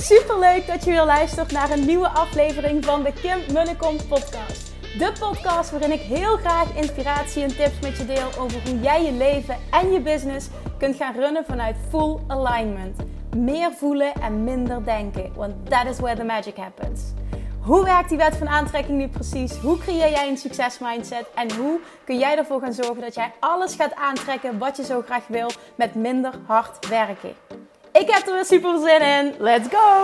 Superleuk dat je weer luistert naar een nieuwe aflevering van de Kim Munnekom podcast. De podcast waarin ik heel graag inspiratie en tips met je deel over hoe jij je leven en je business kunt gaan runnen vanuit full alignment. Meer voelen en minder denken, want that is where the magic happens. Hoe werkt die wet van aantrekking nu precies? Hoe creëer jij een succesmindset? En hoe kun jij ervoor gaan zorgen dat jij alles gaat aantrekken wat je zo graag wil met minder hard werken? Ik heb er weer super zin in. Let's go!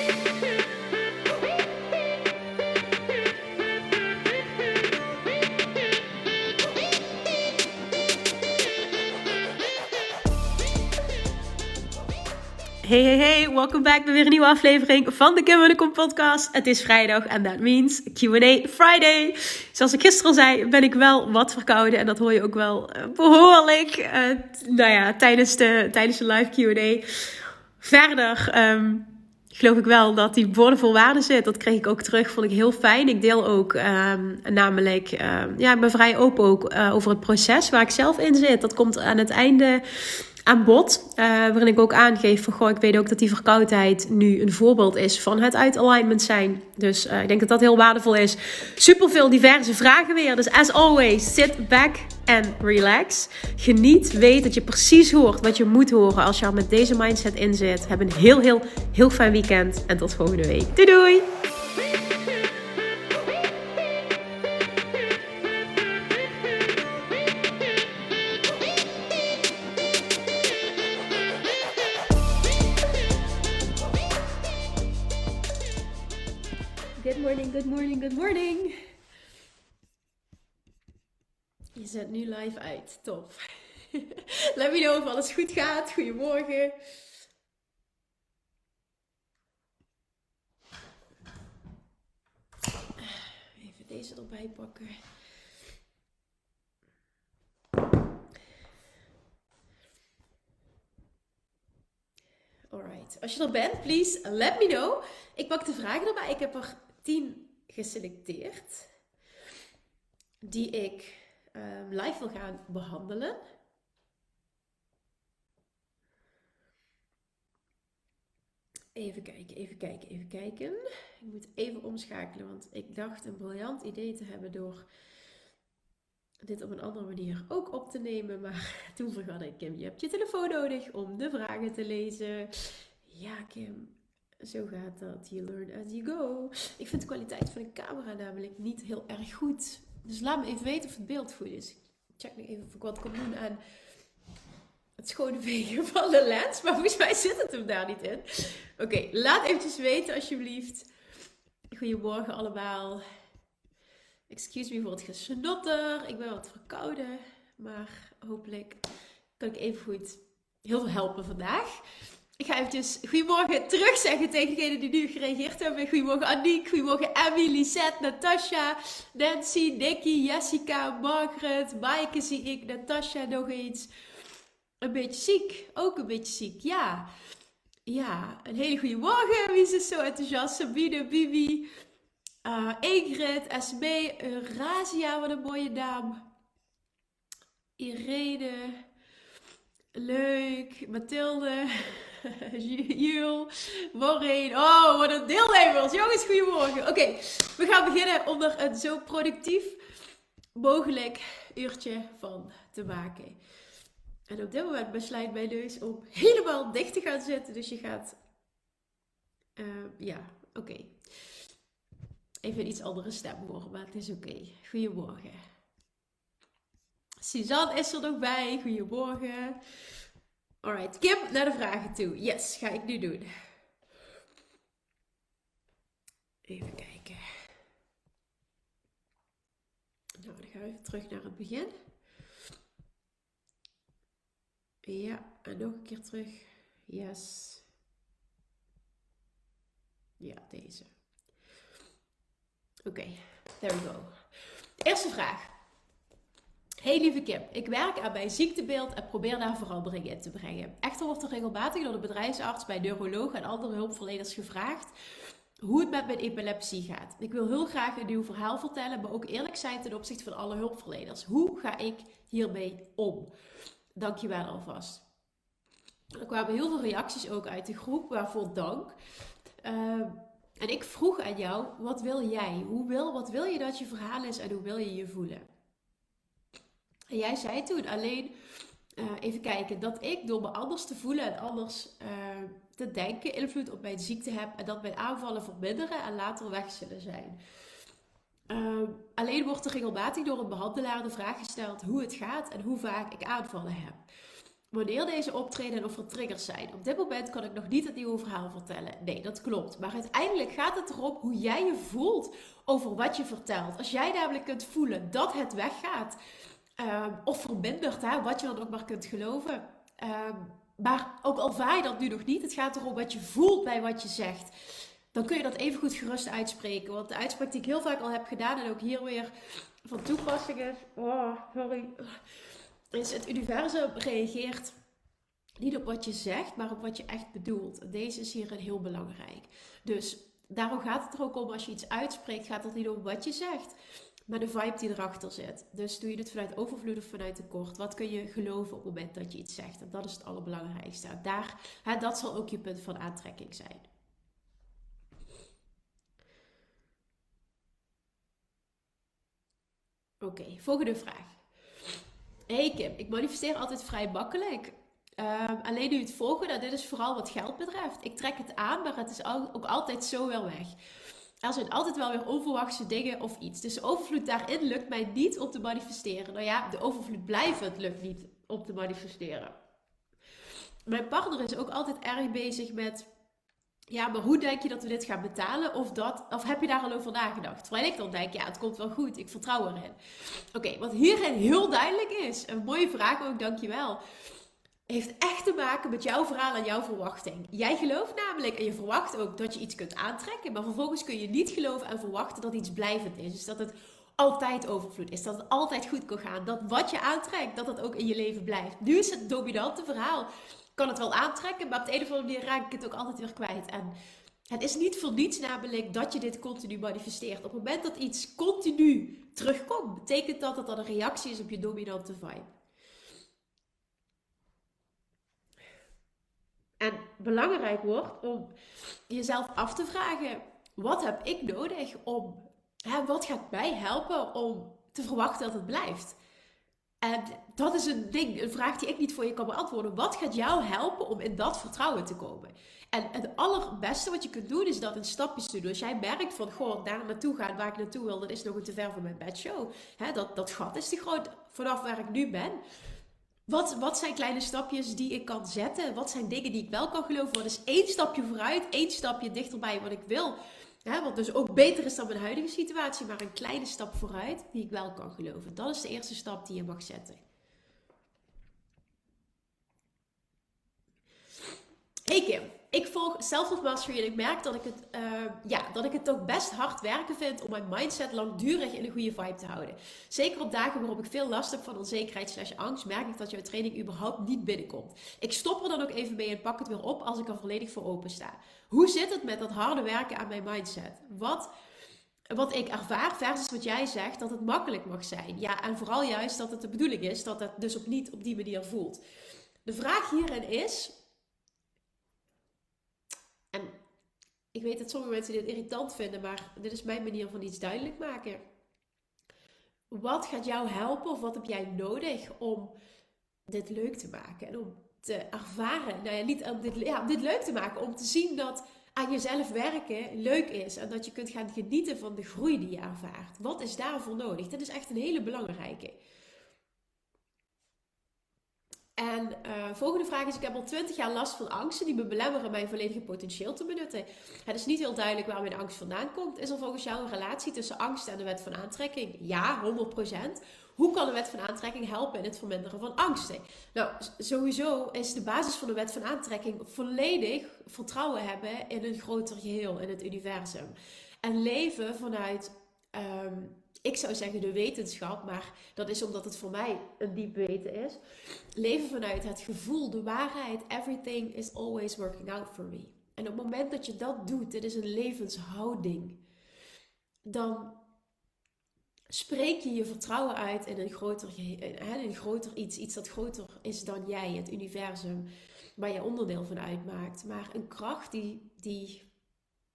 Hey, welkom back bij weer een nieuwe aflevering van de Kim Munnekom podcast. Het is vrijdag en that means Q&A Friday. Zoals ik gisteren al zei, ben ik wel wat verkouden en dat hoor je ook wel behoorlijk tijdens de live Q&A. Verder geloof ik wel dat die boordevol waarde zit. Dat kreeg ik ook terug, vond ik heel fijn. Ik deel ook ik ben vrij open ook over het proces waar ik zelf in zit. Dat komt aan het einde aan bod, waarin ik ook aangeef van, ik weet ook dat die verkoudheid nu een voorbeeld is van het uit alignment zijn. Dus ik denk dat dat heel waardevol is. Super veel diverse vragen weer. Dus as always, sit back and relax. Geniet, weet dat je precies hoort wat je moet horen als je al met deze mindset in zit. Heb een heel fijn weekend en tot volgende week. Doei! Good morning. Je zet nu live uit. Top. Let me know of alles goed gaat. Goedemorgen. Even deze erbij pakken. Alright. Als je er bent, please let me know. Ik pak de vragen erbij. Ik heb er 10 geselecteerd die ik live wil gaan behandelen. Even kijken. Ik moet even omschakelen, want ik dacht een briljant idee te hebben door dit op een andere manier ook op te nemen. Maar toen vergat ik, Kim, je hebt je telefoon nodig om de vragen te lezen. Ja, Kim. Zo gaat dat. You learn as you go. Ik vind de kwaliteit van de camera namelijk niet heel erg goed. Dus laat me even weten of het beeld goed is. Ik check nog even of ik wat kan doen aan het schone vegen van de lens. Maar volgens mij zit het hem daar niet in. Oké, laat eventjes weten alsjeblieft. Goedemorgen allemaal. Excuse me voor het gesnotter. Ik ben wat verkouden. Maar hopelijk kan ik even goed heel veel helpen vandaag. Ik ga eventjes goedemorgen terug zeggen tegen degenen die nu gereageerd hebben. Goedemorgen Aniek, goedemorgen Emmy, Lisette, Natasha, Nancy, Nicky, Jessica, Margaret, Maaike zie ik, Natasha nog eens. Een beetje ziek, ook een beetje ziek, ja. Ja, een hele goede morgen. Wie is zo enthousiast? Sabine, Bibi, Ingrid, Esme, Razia, wat een mooie naam. Irene, leuk, Mathilde. Jules, Maureen, oh wat een deelnemers, jongens, goedemorgen. Oké, we gaan beginnen om er een zo productief mogelijk uurtje van te maken. En op dit moment besluit mijn neus om helemaal dicht te gaan zitten, dus je gaat, oké. Even een iets andere stem horen, maar het is oké. Goedemorgen. Suzanne is er nog bij, goedemorgen. Alright, Kim, naar de vragen toe. Yes, ga ik nu doen. Even kijken. Nou, dan gaan we even terug naar het begin. Ja, en nog een keer terug. Yes. Ja, deze. Oké, there we go. Eerste vraag. Hey lieve Kim, ik werk aan mijn ziektebeeld en probeer daar verandering in te brengen. Echter wordt er regelmatig door de bedrijfsarts, bij neuroloog en andere hulpverleners gevraagd hoe het met mijn epilepsie gaat. Ik wil heel graag een nieuw verhaal vertellen, maar ook eerlijk zijn ten opzichte van alle hulpverleners. Hoe ga ik hiermee om? Dankjewel alvast. Er kwamen heel veel reacties ook uit de groep, waarvoor dank. En ik vroeg aan jou, wat wil jij? Wat wil je dat je verhaal is en hoe wil je je voelen? En jij zei toen alleen, even kijken, dat ik door me anders te voelen en anders te denken invloed op mijn ziekte heb en dat mijn aanvallen verminderen en later weg zullen zijn. Alleen wordt er regelmatig door een behandelaar de vraag gesteld hoe het gaat en hoe vaak ik aanvallen heb. Wanneer deze optreden en of er triggers zijn. Op dit moment kan ik nog niet het nieuwe verhaal vertellen. Nee, dat klopt. Maar uiteindelijk gaat het erom hoe jij je voelt over wat je vertelt. Als jij namelijk kunt voelen dat het weggaat, of vermindert, hè, wat je dan ook maar kunt geloven. Maar ook al vaar je dat nu nog niet, het gaat erom wat je voelt bij wat je zegt. Dan kun je dat even goed gerust uitspreken. Want de uitspraak die ik heel vaak al heb gedaan en ook hier weer van toepassing is. Oh, sorry. Is het universum reageert niet op wat je zegt, maar op wat je echt bedoelt. Deze is hierin heel belangrijk. Dus daarom gaat het er ook om, als je iets uitspreekt, gaat het niet om wat je zegt, maar de vibe die erachter zit. Dus doe je dit vanuit overvloed of vanuit tekort? Wat kun je geloven op het moment dat je iets zegt? En dat is het allerbelangrijkste. Dat zal ook je punt van aantrekking zijn. Oké, volgende vraag. Hey Kim, ik manifesteer altijd vrij makkelijk. Alleen nu het volgende, dit is vooral wat geld betreft. Ik trek het aan, maar het is ook altijd zo wel weg. Er zijn altijd wel weer onverwachte dingen of iets. Dus de overvloed daarin lukt mij niet om te manifesteren. Nou ja, de overvloed blijvend lukt niet om te manifesteren. Mijn partner is ook altijd erg bezig met, ja, maar hoe denk je dat we dit gaan betalen? Of heb je daar al over nagedacht? Terwijl ik dan denk, ja, het komt wel goed. Ik vertrouw erin. Oké, wat hierin heel duidelijk is, een mooie vraag ook, dankjewel, heeft echt te maken met jouw verhaal en jouw verwachting. Jij gelooft namelijk en je verwacht ook dat je iets kunt aantrekken, maar vervolgens kun je niet geloven en verwachten dat iets blijvend is. Dus dat het altijd overvloed is, dat het altijd goed kan gaan, dat wat je aantrekt, dat het ook in je leven blijft. Nu is het dominante verhaal. Ik kan het wel aantrekken, maar op de een of andere manier raak ik het ook altijd weer kwijt. En het is niet voor niets namelijk dat je dit continu manifesteert. Op het moment dat iets continu terugkomt, betekent dat dat een reactie is op je dominante vibe. En belangrijk wordt om jezelf af te vragen, wat heb ik nodig om, wat gaat mij helpen om te verwachten dat het blijft? En dat is een vraag die ik niet voor je kan beantwoorden. Wat gaat jou helpen om in dat vertrouwen te komen? En het allerbeste wat je kunt doen is dat in stapjes te doen. Als jij merkt van, goh, daar naartoe gaan waar ik naartoe wil, dat is nog een te ver van mijn bedshow. Dat gat is te groot vanaf waar ik nu ben. Wat zijn kleine stapjes die ik kan zetten? Wat zijn dingen die ik wel kan geloven? Wat is één stapje vooruit, één stapje dichterbij wat ik wil? Wat dus ook beter is dan mijn huidige situatie, maar een kleine stap vooruit die ik wel kan geloven. Dat is de eerste stap die je mag zetten. Hey Kim, ik volg Self-Love Mastery en ik merk dat ik het toch best hard werken vind om mijn mindset langdurig in een goede vibe te houden. Zeker op dagen waarop ik veel last heb van onzekerheid/angst, merk ik dat jouw training überhaupt niet binnenkomt. Ik stop er dan ook even mee en pak het weer op als ik er volledig voor open sta. Hoe zit het met dat harde werken aan mijn mindset? Wat ik ervaar versus wat jij zegt, dat het makkelijk mag zijn. Ja, en vooral juist dat het de bedoeling is dat het dus ook niet op die manier voelt. De vraag hierin is, en ik weet dat sommige mensen dit irritant vinden, maar dit is mijn manier van iets duidelijk maken. Wat gaat jou helpen of wat heb jij nodig om dit leuk te maken? En om te ervaren, nou ja, niet om dit leuk te maken, om te zien dat aan jezelf werken leuk is. En dat je kunt gaan genieten van de groei die je ervaart. Wat is daarvoor nodig? Dat is echt een hele belangrijke. En volgende vraag is, ik heb al 20 jaar last van angsten die me belemmeren mijn volledige potentieel te benutten. Het is niet heel duidelijk waar mijn angst vandaan komt. Is er volgens jou een relatie tussen angst en de wet van aantrekking? Ja, 100%. Hoe kan de wet van aantrekking helpen in het verminderen van angsten? Nou, sowieso is de basis van de wet van aantrekking volledig vertrouwen hebben in een groter geheel, in het universum. En leven vanuit, ik zou zeggen de wetenschap, maar dat is omdat het voor mij een diep weten is. Leven vanuit het gevoel, de waarheid. Everything is always working out for me. En op het moment dat je dat doet, dit is een levenshouding, dan spreek je je vertrouwen uit in een groter iets dat groter is dan jij, het universum, waar je onderdeel van uitmaakt. Maar een kracht die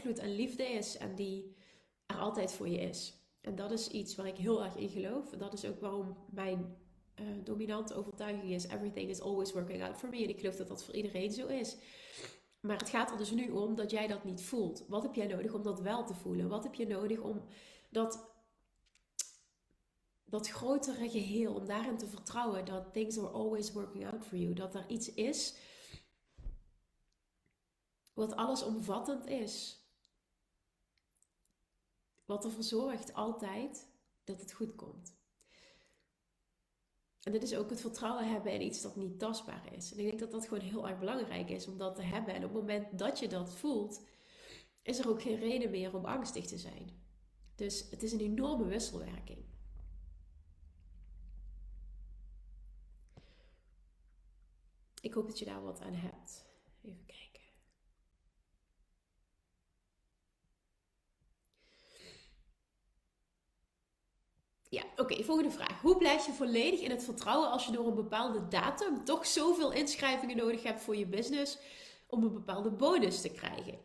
overvloed en liefde is en die er altijd voor je is. En dat is iets waar ik heel erg in geloof. En dat is ook waarom mijn dominante overtuiging is: everything is always working out for me. En ik geloof dat dat voor iedereen zo is. Maar het gaat er dus nu om dat jij dat niet voelt. Wat heb jij nodig om dat wel te voelen? Wat heb je nodig om dat grotere geheel, om daarin te vertrouwen dat things are always working out for you. Dat er iets is wat allesomvattend is. Wat ervoor zorgt altijd dat het goed komt. En dit is ook het vertrouwen hebben in iets dat niet tastbaar is. En ik denk dat dat gewoon heel erg belangrijk is om dat te hebben. En op het moment dat je dat voelt, is er ook geen reden meer om angstig te zijn. Dus het is een enorme wisselwerking. Ik hoop dat je daar wat aan hebt. Even kijken. Ja, oké, volgende vraag. Hoe blijf je volledig in het vertrouwen als je door een bepaalde datum toch zoveel inschrijvingen nodig hebt voor je business om een bepaalde bonus te krijgen?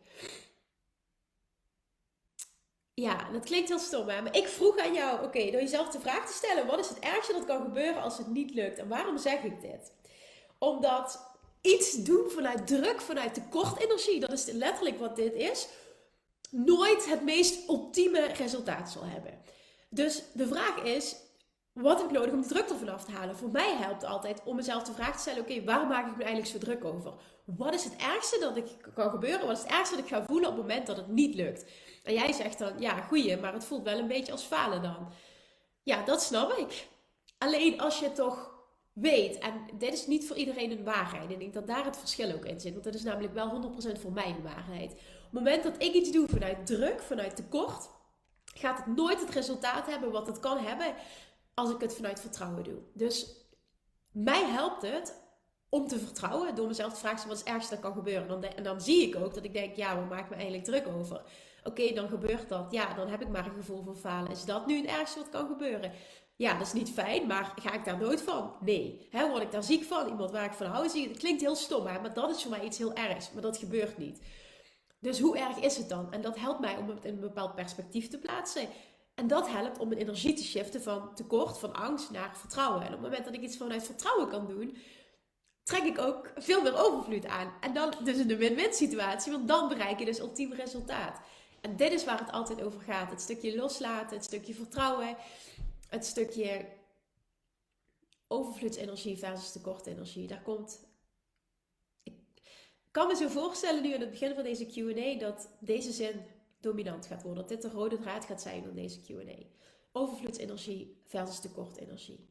Ja, dat klinkt heel stom, hè? Maar ik vroeg aan jou, door jezelf de vraag te stellen: wat is het ergste dat kan gebeuren als het niet lukt? En waarom zeg ik dit? Omdat iets doen vanuit druk, vanuit tekortenergie, dat is letterlijk wat dit is, nooit het meest ultieme resultaat zal hebben. Dus de vraag is: wat heb ik nodig om de druk ervan af te halen? Voor mij helpt altijd om mezelf de vraag te stellen: waarom maak ik me eigenlijk zo druk over? Wat is het ergste dat kan gebeuren? Wat is het ergste dat ik ga voelen op het moment dat het niet lukt? En jij zegt dan: ja, goeie, maar het voelt wel een beetje als falen dan. Ja, dat snap ik. Alleen als je toch weet, en dit is niet voor iedereen een waarheid. En ik denk dat daar het verschil ook in zit. Want dat is namelijk wel 100% voor mij een waarheid. Op het moment dat ik iets doe vanuit druk, vanuit tekort, gaat het nooit het resultaat hebben wat het kan hebben als ik het vanuit vertrouwen doe. Dus mij helpt het om te vertrouwen door mezelf te vragen: wat is het ergste dat kan gebeuren? En dan zie ik ook dat ik denk: ja, waar maak ik me eigenlijk druk over? Oké, dan gebeurt dat. Ja, dan heb ik maar een gevoel van falen. Is dat nu het ergste wat kan gebeuren? Ja, dat is niet fijn, maar ga ik daar nooit van? Nee. Word ik daar ziek van? Iemand waar ik van hou zie? Dat klinkt heel stom, hè? Maar dat is voor mij iets heel ergs. Maar dat gebeurt niet. Dus hoe erg is het dan? En dat helpt mij om het in een bepaald perspectief te plaatsen. En dat helpt om mijn energie te shiften van tekort, van angst naar vertrouwen. En op het moment dat ik iets vanuit vertrouwen kan doen, trek ik ook veel meer overvloed aan. En dan dus een win-win situatie, want dan bereik je dus ultiem resultaat. En dit is waar het altijd over gaat. Het stukje loslaten, het stukje vertrouwen, het stukje overvloedsenergie versus tekortenergie. Daar komt... Ik kan me zo voorstellen nu aan het begin van deze Q&A dat deze zin dominant gaat worden. Dat dit de rode draad gaat zijn van deze Q&A. Overvloedsenergie versus tekortenergie.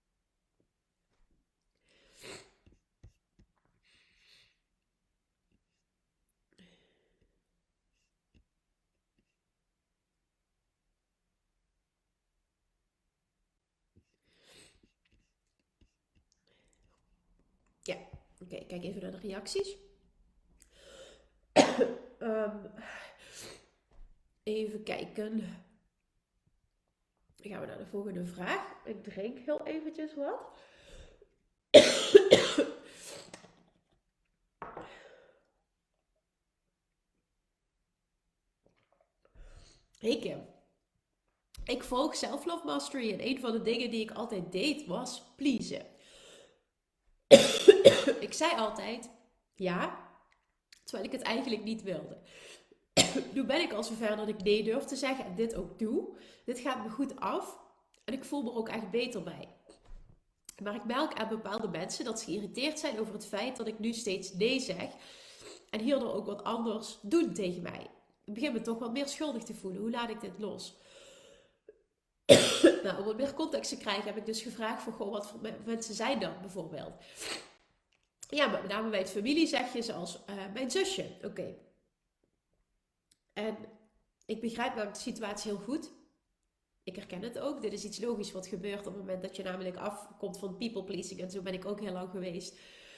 Ja, oké, kijk even naar de reacties. Even kijken. Dan gaan we naar de volgende vraag. Ik drink heel eventjes wat. Hey Kim. Ik volg Self-Love Mastery en een van de dingen die ik altijd deed was pleasen. Ik zei altijd ja, terwijl ik het eigenlijk niet wilde. Nu ben ik al zover dat ik nee durf te zeggen en dit ook doe. Dit gaat me goed af en ik voel me er ook echt beter bij. Maar ik merk aan bepaalde mensen dat ze geïrriteerd zijn over het feit dat ik nu steeds nee zeg. En hierdoor ook wat anders doen tegen mij. Ik begin me toch wat meer schuldig te voelen. Hoe laat ik dit los? Nou, om wat meer context te krijgen heb ik dus gevraagd voor wat voor mensen zijn dat bijvoorbeeld. Ja, maar met name bij het familie zeg je zoals mijn zusje. Oké. En ik begrijp namelijk de situatie heel goed. Ik herken het ook. Dit is iets logisch wat gebeurt op het moment dat je namelijk afkomt van people pleasing. En zo ben ik ook heel lang geweest.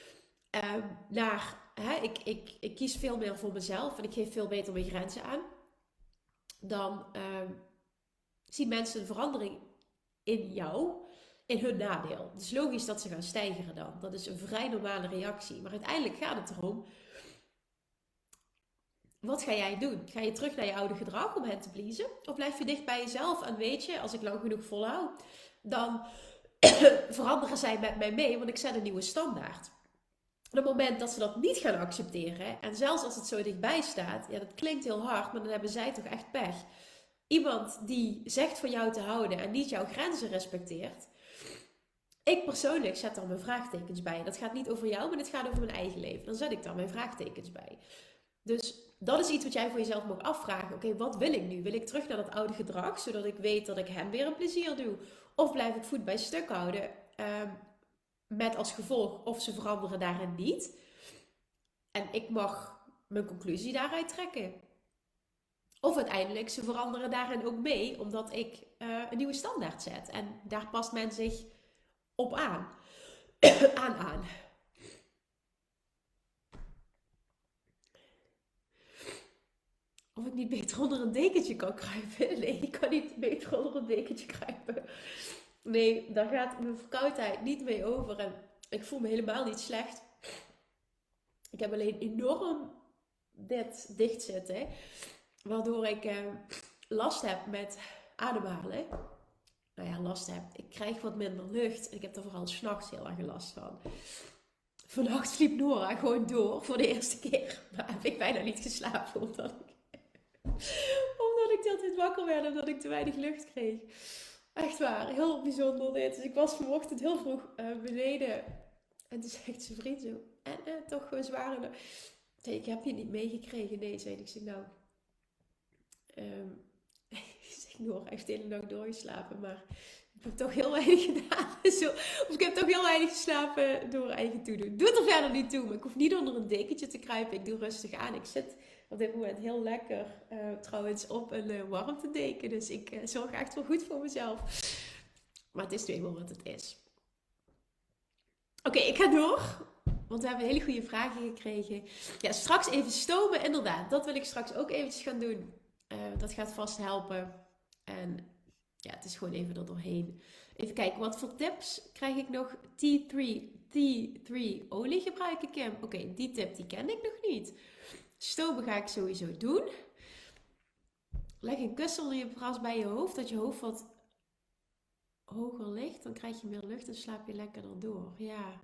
Ik kies veel meer voor mezelf en ik geef veel beter mijn grenzen aan. Dan zien mensen een verandering in jou, in hun nadeel. Het is logisch dat ze gaan stijgeren dan. Dat is een vrij normale reactie. Maar uiteindelijk gaat het erom wat ga jij doen? Ga je terug naar je oude gedrag om hen te pleasen? Of blijf je dicht bij jezelf en weet je, als ik lang genoeg volhoud, dan veranderen zij met mij mee, want ik zet een nieuwe standaard. Op het moment dat ze dat niet gaan accepteren, en zelfs als het zo dichtbij staat, ja, dat klinkt heel hard, maar dan hebben zij toch echt pech. Iemand die zegt van jou te houden en niet jouw grenzen respecteert. Ik persoonlijk zet daar mijn vraagtekens bij. Dat gaat niet over jou, maar het gaat over mijn eigen leven. Dan zet ik daar mijn vraagtekens bij. Dus dat is iets wat jij voor jezelf mag afvragen. Oké, wat wil ik nu? Wil ik terug naar dat oude gedrag, zodat ik weet dat ik hem weer een plezier doe? Of blijf ik voet bij stuk houden? Met als gevolg of ze veranderen daarin niet. En ik mag mijn conclusie daaruit trekken. Of uiteindelijk, ze veranderen daarin ook mee, omdat ik een nieuwe standaard zet. En daar past men zich op aan. aan. Of ik niet beter onder een dekentje kan kruipen. Nee, ik kan niet beter onder een dekentje kruipen. Nee, daar gaat mijn verkoudheid niet mee over. En ik voel me helemaal niet slecht. Ik heb alleen enorm dit dichtzitten. Waardoor ik last heb met ademhalen. Nou ja, last heb. Ik krijg wat minder lucht. En ik heb er vooral 's nachts heel erg last van. Vannacht sliep Nora gewoon door voor de eerste keer. Maar heb ik bijna niet geslapen. Omdat ik de hele tijd wakker werd. Omdat ik te weinig lucht kreeg. Echt waar. Heel bijzonder dit. Dus ik was vanochtend heel vroeg beneden. En toen zegt zijn vriend zo. En toch gewoon zwaar. Ik heb je niet meegekregen. Nee, zei ik. Ik zeg nou... Nora heeft de hele nacht doorgeslapen, maar ik heb toch heel weinig gedaan. Of ik heb toch heel weinig geslapen door eigen toedoen. Doe het er verder niet toe, maar ik hoef niet onder een dekentje te kruipen. Ik doe rustig aan. Ik zit op dit moment heel lekker trouwens op een warmtedeken. Dus ik zorg echt wel goed voor mezelf. Maar het is nu eenmaal wat het is. Oké, ik ga door. Want we hebben hele goede vragen gekregen. Ja, straks even stomen, inderdaad. Dat wil ik straks ook eventjes gaan doen. Dat gaat vast helpen. En ja, het is gewoon even er doorheen. Even kijken, wat voor tips krijg ik nog? T3 olie gebruik ik hem. Oké, die tip die ken ik nog niet. Stomen ga ik sowieso doen. Leg een kussen onder je bras bij je hoofd, dat je hoofd wat hoger ligt. Dan krijg je meer lucht en slaap je lekkerder door. Ja.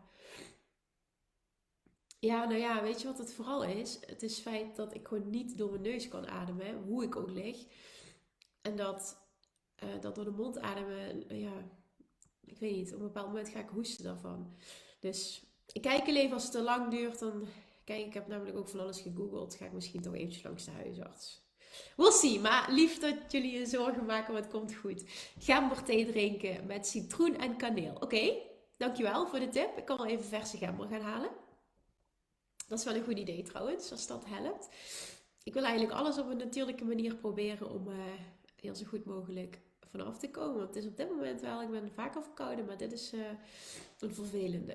Ja, nou ja, weet je wat het vooral is? Het is het feit dat ik gewoon niet door mijn neus kan ademen, hoe ik ook lig. En dat door de mond ademen, ja, ik weet niet, op een bepaald moment ga ik hoesten daarvan. Dus ik kijk even als het te lang duurt, dan... Kijk, ik heb namelijk ook van alles gegoogeld. Ga ik misschien toch eventjes langs de huisarts. We'll see, maar lief dat jullie je zorgen maken, maar het komt goed. Gemberthee drinken met citroen en kaneel. Oké, dankjewel voor de tip. Ik kan wel even verse gember gaan halen. Dat is wel een goed idee trouwens, als dat helpt. Ik wil eigenlijk alles op een natuurlijke manier proberen om heel zo goed mogelijk vanaf te komen. Want het is op dit moment wel, ik ben vaak al verkouden, maar dit is een vervelende.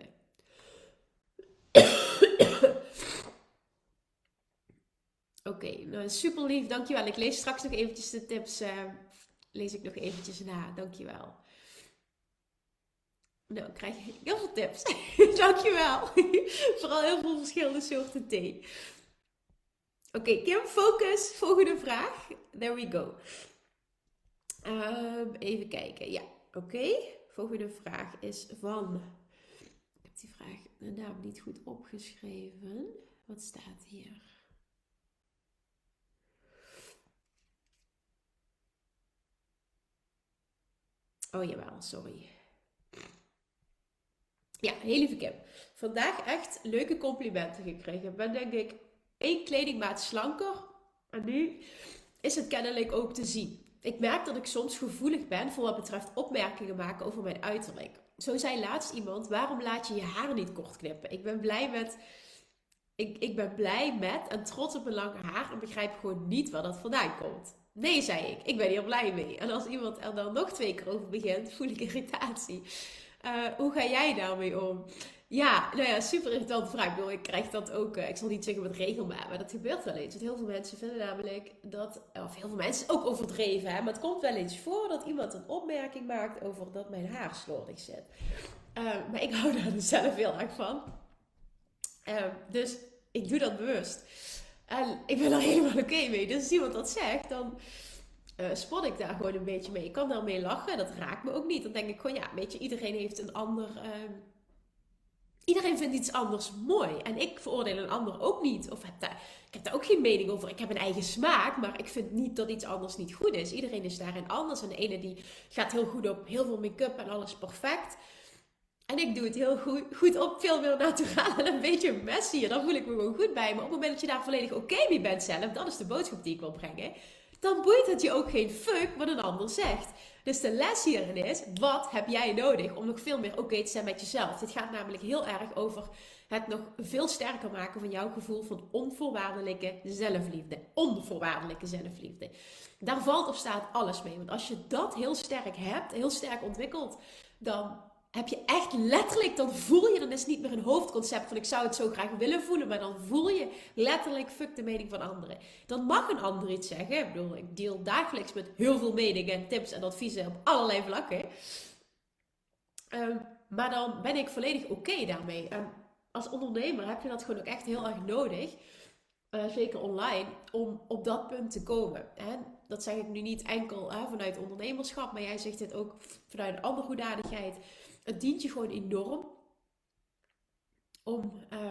Oké, nou super lief, dankjewel. Ik lees straks nog eventjes de tips, lees ik nog eventjes na, dankjewel. Nou, ik krijg heel veel tips. Dankjewel. Vooral heel veel verschillende soorten thee. Oké, Kim, focus. Volgende vraag. There we go. Even kijken. Ja, oké. Volgende vraag is van... Ik heb die vraag de naam niet goed opgeschreven. Wat staat hier? Oh jawel, sorry. Ja, heel lieve Kim. Vandaag echt leuke complimenten gekregen. Ik ben denk ik 1 kledingmaat slanker. En nu is het kennelijk ook te zien. Ik merk dat ik soms gevoelig ben voor wat betreft opmerkingen maken over mijn uiterlijk. Zo zei laatst iemand, waarom laat je je haar niet kort knippen? Ik ben blij met en trots op mijn lange haar en begrijp gewoon niet waar dat vandaan komt. Nee, zei ik. Ik ben hier blij mee. En als iemand er dan nog 2 keer over begint, voel ik irritatie. Hoe ga jij daarmee om? Ja, nou ja, super irritante vraag. Ik bedoel, ik krijg dat ook, ik zal niet zeggen met regelmaat, maar dat gebeurt wel eens. Want heel veel mensen vinden namelijk dat, of heel veel mensen ook overdreven, hè, maar het komt wel eens voor dat iemand een opmerking maakt over dat mijn haar slordig zit. Maar ik hou daar dus zelf heel erg van. Dus ik doe dat bewust. En ik ben er helemaal oké mee. Dus als iemand dat zegt, dan spot ik daar gewoon een beetje mee. Ik kan daarmee lachen, dat raakt me ook niet. Dan denk ik gewoon, ja, weet je, iedereen heeft een ander... iedereen vindt iets anders mooi. En ik veroordeel een ander ook niet. Of ik heb daar ook geen mening over. Ik heb een eigen smaak, maar ik vind niet dat iets anders niet goed is. Iedereen is daarin anders. En de ene die gaat heel goed op heel veel make-up en alles perfect. En ik doe het heel goed op, veel meer naturaal en een beetje messy. En dan voel ik me gewoon goed bij. Maar op het moment dat je daar volledig oké mee bent zelf, dat is de boodschap die ik wil brengen. Dan boeit het je ook geen fuck wat een ander zegt. Dus de les hierin is, wat heb jij nodig om nog veel meer oké te zijn met jezelf? Dit gaat namelijk heel erg over het nog veel sterker maken van jouw gevoel van onvoorwaardelijke zelfliefde. Onvoorwaardelijke zelfliefde. Daar valt of staat alles mee. Want als je dat heel sterk hebt, heel sterk ontwikkelt, dan heb je echt letterlijk, dan voel je, dan is het niet meer een hoofdconcept van ik zou het zo graag willen voelen, maar dan voel je letterlijk fuck de mening van anderen. Dan mag een ander iets zeggen. Ik bedoel, ik deel dagelijks met heel veel meningen, tips en adviezen op allerlei vlakken. Maar dan ben ik volledig oké daarmee. En als ondernemer heb je dat gewoon ook echt heel erg nodig. Zeker online, om op dat punt te komen. Hè? Dat zeg ik nu niet enkel vanuit ondernemerschap, maar jij zegt dit ook vanuit een andere hoedanigheid. Het dient je gewoon enorm om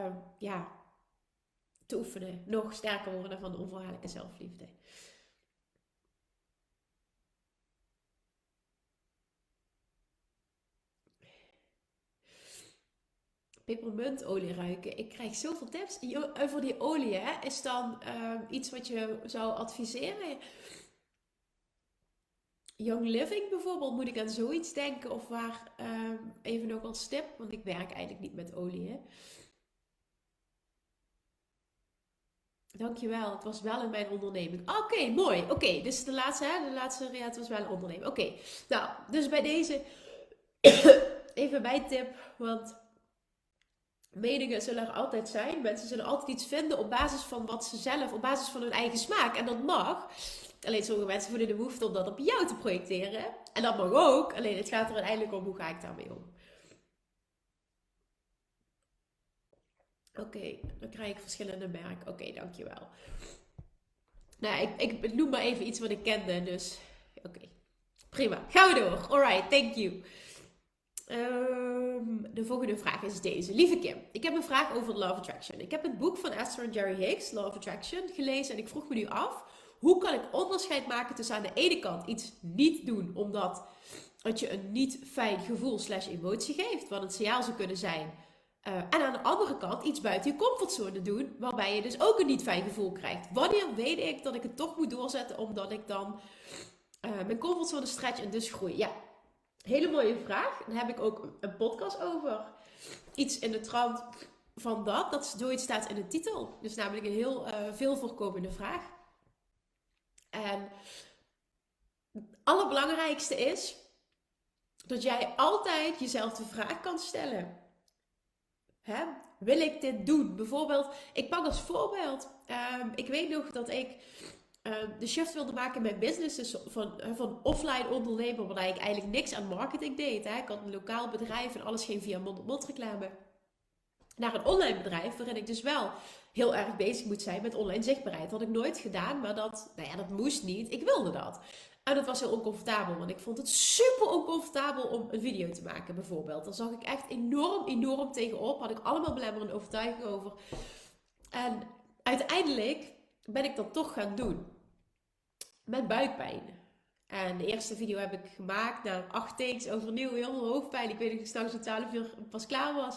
te oefenen. Nog sterker worden van de onvoorwaardelijke zelfliefde. Pepermuntolie ruiken. Ik krijg zoveel tips. Voor die olie is dan iets wat je zou adviseren. Young Living bijvoorbeeld, moet ik aan zoiets denken? Of waar, even nog als tip, want ik werk eigenlijk niet met olie. Hè? Dankjewel, het was wel in mijn onderneming. Oké, mooi. Oké, dus de laatste, ja, het was wel een onderneming. Oké, nou, dus bij deze even mijn tip, want meningen zullen er altijd zijn. Mensen zullen altijd iets vinden op basis van wat ze zelf, op basis van hun eigen smaak. En dat mag. Alleen sommige mensen voelen de behoefte om dat op jou te projecteren. En dat mag ook. Alleen het gaat er uiteindelijk om, hoe ga ik daarmee om? Oké, dan krijg ik verschillende merken. Oké, dankjewel. Nou, ik noem maar even iets wat ik kende. Dus, oké. Prima. Gaan we door. Alright, thank you. De volgende vraag is deze. Lieve Kim, ik heb een vraag over Law of Attraction. Ik heb het boek van Esther en Jerry Hicks, Law of Attraction, gelezen en ik vroeg me nu af, hoe kan ik onderscheid maken tussen aan de ene kant iets niet doen omdat het je een niet fijn gevoel / emotie geeft, wat een signaal zou kunnen zijn. En aan de andere kant iets buiten je comfortzone doen, waarbij je dus ook een niet fijn gevoel krijgt. Wanneer weet ik dat ik het toch moet doorzetten, omdat ik dan mijn comfortzone stretch en dus groei? Ja, hele mooie vraag. Daar heb ik ook een podcast over. Iets in de trant van dat zoiets staat in de titel. Dus namelijk een heel veel voorkomende vraag. En het allerbelangrijkste is dat jij altijd jezelf de vraag kan stellen. Hè? Wil ik dit doen? Bijvoorbeeld, ik pak als voorbeeld. Ik weet nog dat ik de shift wilde maken in mijn business. Dus van offline ondernemer, waar ik eigenlijk niks aan marketing deed. Hè? Ik had een lokaal bedrijf en alles ging via mond-op-mond reclame. Naar een online bedrijf, waarin ik dus wel heel erg bezig moet zijn met online zichtbaarheid. Dat had ik nooit gedaan, maar dat moest niet. Ik wilde dat. En dat was heel oncomfortabel, want ik vond het super oncomfortabel om een video te maken bijvoorbeeld. Daar zag ik echt enorm tegenop. Had ik allemaal belemmerende overtuigingen over. En uiteindelijk ben ik dat toch gaan doen. Met buikpijn. En de eerste video heb ik gemaakt na 8 takes overnieuw, heel veel hoofdpijn. Ik weet dat ik s'nachts om 12 uur pas klaar was.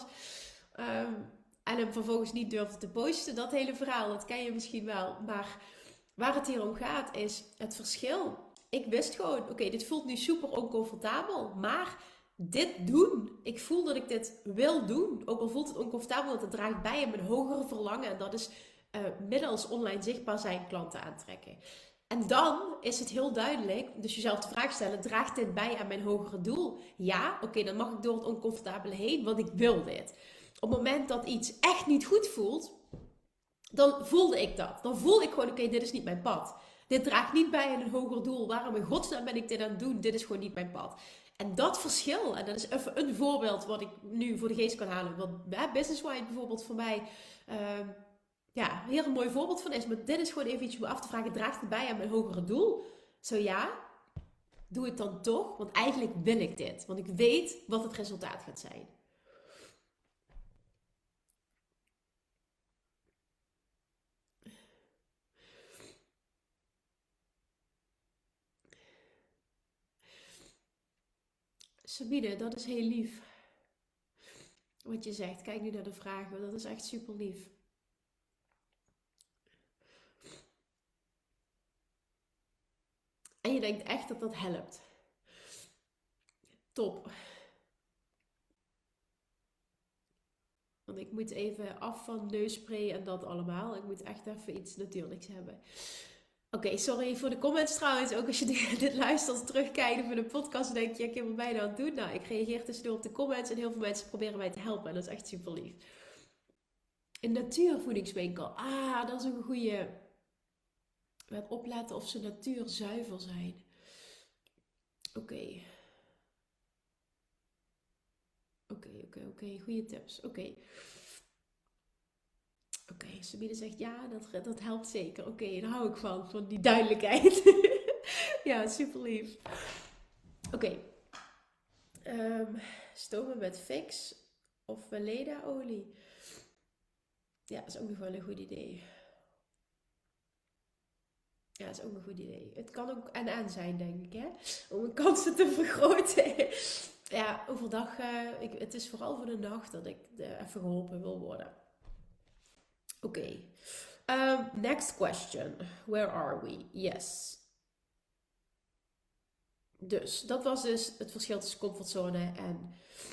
En hem vervolgens niet durfde te posten. Dat hele verhaal, dat ken je misschien wel. Maar waar het hier om gaat is het verschil. Ik wist gewoon, oké, dit voelt nu super oncomfortabel. Maar dit doen, ik voel dat ik dit wil doen. Ook al voelt het oncomfortabel, want het draagt bij aan mijn hogere verlangen. En dat is middels online zichtbaar zijn, klanten aantrekken. En dan is het heel duidelijk, dus jezelf de vraag stellen, draagt dit bij aan mijn hogere doel? Ja, oké, dan mag ik door het oncomfortabele heen, want ik wil dit. Op het moment dat iets echt niet goed voelt, dan voelde ik dat. Dan voel ik gewoon, oké, dit is niet mijn pad. Dit draagt niet bij aan een hoger doel. Waarom in godsnaam ben ik dit aan het doen? Dit is gewoon niet mijn pad. En dat verschil, en dat is even een voorbeeld wat ik nu voor de geest kan halen. Want business-wise bijvoorbeeld voor mij, ja, hier een mooi voorbeeld van is. Maar dit is gewoon even iets om me af te vragen. Draagt het bij aan mijn hogere doel? Zo ja, doe het dan toch. Want eigenlijk wil ik dit. Want ik weet wat het resultaat gaat zijn. Sabine, dat is heel lief. Wat je zegt. Kijk nu naar de vragen. Dat is echt super lief. En je denkt echt dat dat helpt. Top. Want ik moet even af van neusspray en dat allemaal. Ik moet echt even iets natuurlijks hebben. Oké, sorry voor de comments trouwens. Ook als je dit luistert, terugkijkt of in een podcast denk je, ik heb wat ben je aan het doen? Nou, ik reageer tussendoor op de comments en heel veel mensen proberen mij te helpen. En dat is echt super lief. Een natuurvoedingswinkel. Ah, dat is een goede. Met opletten of ze natuurzuiver zijn. Oké. Oké. Goede tips. Oké. Sabine zegt ja, dat helpt zeker. Oké, daar hou ik van die duidelijkheid. Ja, super lief. Oké. Stomen met Vicks of Weleda-olie. Ja, dat is ook nog wel een goed idee. Ja, dat is ook een goed idee. Het kan ook en zijn, denk ik, hè? Om mijn kansen te vergroten. Ja, overdag, het is vooral voor de nacht dat ik even geholpen wil worden. Oké. Next question. Where are we? Yes. Dus, dat was dus het verschil tussen comfortzone en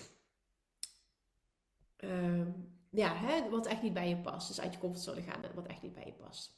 ja, hè, wat echt niet bij je past. Dus uit je comfortzone gaan en wat echt niet bij je past.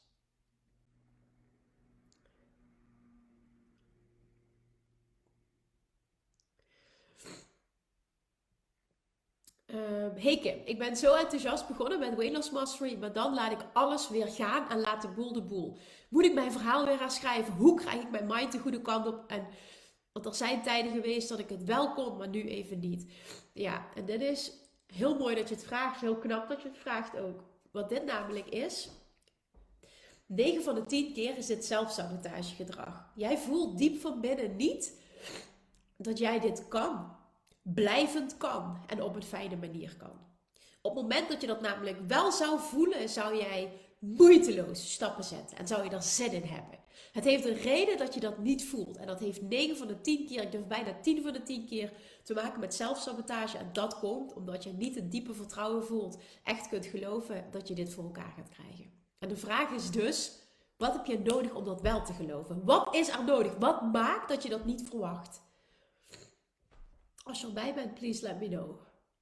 Hey Kim, ik ben zo enthousiast begonnen met Weight Loss Mastery, maar dan laat ik alles weer gaan en laat de boel de boel. Moet ik mijn verhaal weer herschrijven? Hoe krijg ik mijn mind de goede kant op? Want er zijn tijden geweest dat ik het wel kon, maar nu even niet. Ja, en dit is heel mooi dat je het vraagt, heel knap dat je het vraagt ook. Wat dit namelijk is, 9 van de 10 keer is dit zelfsabotagegedrag. Jij voelt diep van binnen niet dat jij dit kan. Blijvend kan en op een fijne manier kan. Op het moment dat je dat namelijk wel zou voelen, zou jij moeiteloos stappen zetten en zou je er zin in hebben. Het heeft een reden dat je dat niet voelt. En dat heeft 9 van de 10 keer, ik durf bijna 10 van de 10 keer te maken met zelfsabotage. En dat komt omdat je niet het diepe vertrouwen voelt, echt kunt geloven dat je dit voor elkaar gaat krijgen. En de vraag is dus, wat heb je nodig om dat wel te geloven? Wat is er nodig? Wat maakt dat je dat niet verwacht? Als je erbij bent, please let me know.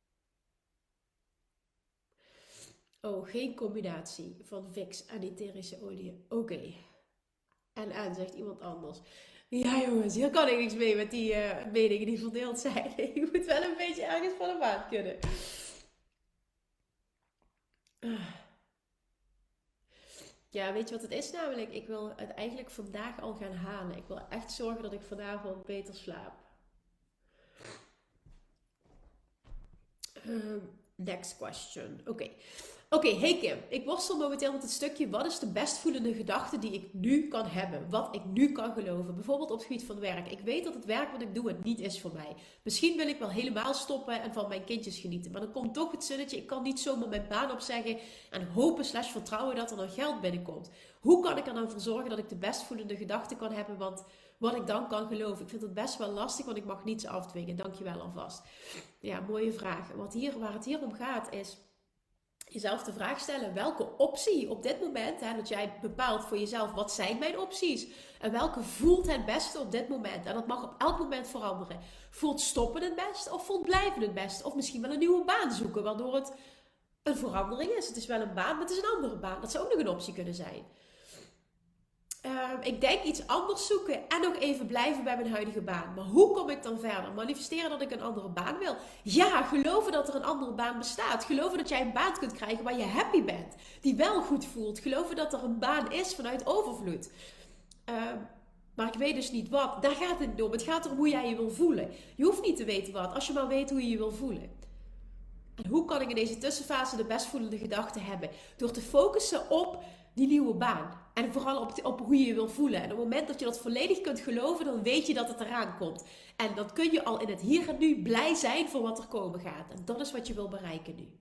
Oh, geen combinatie van Vicks en etherische olie. Oké. En zegt iemand anders. Ja jongens, hier kan ik niks mee met die meningen die verdeeld zijn. Je moet wel een beetje ergens van de maat kunnen. Ja, weet je wat het is namelijk? Ik wil het eigenlijk vandaag al gaan halen. Ik wil echt zorgen dat ik vanavond beter slaap. Next question. Oké, hey Kim. Ik worstel momenteel met het stukje. Wat is de best voelende gedachte die ik nu kan hebben? Wat ik nu kan geloven? Bijvoorbeeld op het gebied van werk. Ik weet dat het werk wat ik doe het niet is voor mij. Misschien wil ik wel helemaal stoppen en van mijn kindjes genieten. Maar dan komt toch het zinnetje. Ik kan niet zomaar mijn baan opzeggen en hopen / vertrouwen dat er nog geld binnenkomt. Hoe kan ik er dan voor zorgen dat ik de best voelende gedachte kan hebben? Want wat ik dan kan geloven. Ik vind het best wel lastig, want ik mag niets afdwingen. Dankjewel alvast. Ja, mooie vraag. Waar het hier om gaat is jezelf de vraag stellen, welke optie op dit moment, dat jij bepaalt voor jezelf, wat zijn mijn opties? En welke voelt het beste op dit moment? En dat mag op elk moment veranderen. Voelt stoppen het best of voelt blijven het best? Of misschien wel een nieuwe baan zoeken, waardoor het een verandering is. Het is wel een baan, maar het is een andere baan. Dat zou ook nog een optie kunnen zijn. Ik denk iets anders zoeken en nog even blijven bij mijn huidige baan. Maar hoe kom ik dan verder? Manifesteren dat ik een andere baan wil. Ja, geloven dat er een andere baan bestaat. Geloven dat jij een baan kunt krijgen waar je happy bent. Die wel goed voelt. Geloven dat er een baan is vanuit overvloed. Maar ik weet dus niet wat. Daar gaat het niet om. Het gaat erom hoe jij je wil voelen. Je hoeft niet te weten wat, als je maar weet hoe je je wil voelen. En hoe kan ik in deze tussenfase de best voelende gedachten hebben? Door te focussen op die nieuwe baan. En vooral op hoe je je wil voelen. En op het moment dat je dat volledig kunt geloven, dan weet je dat het eraan komt. En dan kun je al in het hier en nu blij zijn voor wat er komen gaat. En dat is wat je wil bereiken nu.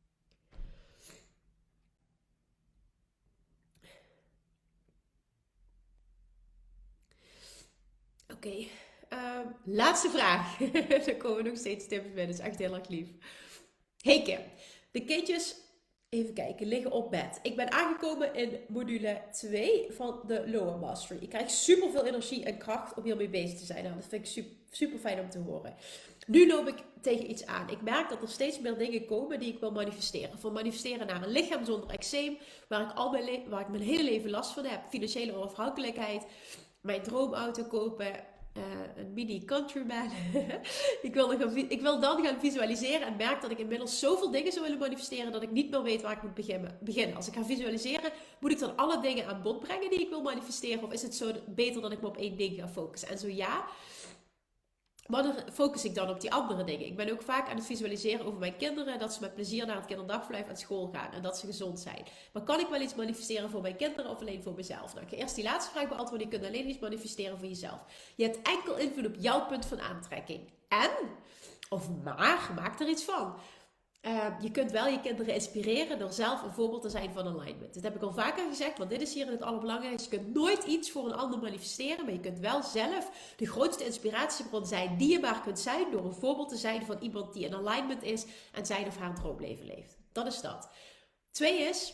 Oké. Laatste vraag. Dan komen nog steeds tips bij, dat is echt heel erg lief. Hey Kim, de kindjes, even kijken, liggen op bed. Ik ben aangekomen in module 2 van de Lower Mastery. Ik krijg super veel energie en kracht om hiermee bezig te zijn. Nou, dat vind ik super fijn om te horen. Nu loop ik tegen iets aan. Ik merk dat er steeds meer dingen komen die ik wil manifesteren. Van manifesteren naar een lichaam zonder eczeem, waar ik mijn hele leven last van heb. Financiële onafhankelijkheid, mijn droomauto kopen, een mini Countryman. ik wil dan gaan visualiseren en merk dat ik inmiddels zoveel dingen zou willen manifesteren dat ik niet meer weet waar ik moet beginnen. Als ik ga visualiseren, moet ik dan alle dingen aan bod brengen die ik wil manifesteren? Of is het zo beter dat ik me op één ding ga focussen? En zo ja, maar dan focus ik dan op die andere dingen. Ik ben ook vaak aan het visualiseren over mijn kinderen. Dat ze met plezier naar het kinderdagverblijf en school gaan. En dat ze gezond zijn. Maar kan ik wel iets manifesteren voor mijn kinderen of alleen voor mezelf? Nou, ik ga eerst die laatste vraag beantwoorden. Je kunt alleen iets manifesteren voor jezelf. Je hebt enkel invloed op jouw punt van aantrekking. Maar, maak er iets van. Je kunt wel je kinderen inspireren door zelf een voorbeeld te zijn van alignment. Dat heb ik al vaker gezegd, want dit is hier het allerbelangrijkste. Je kunt nooit iets voor een ander manifesteren, maar je kunt wel zelf de grootste inspiratiebron zijn die je maar kunt zijn door een voorbeeld te zijn van iemand die in alignment is en zijn of haar droomleven leeft. Dat is dat. 2 is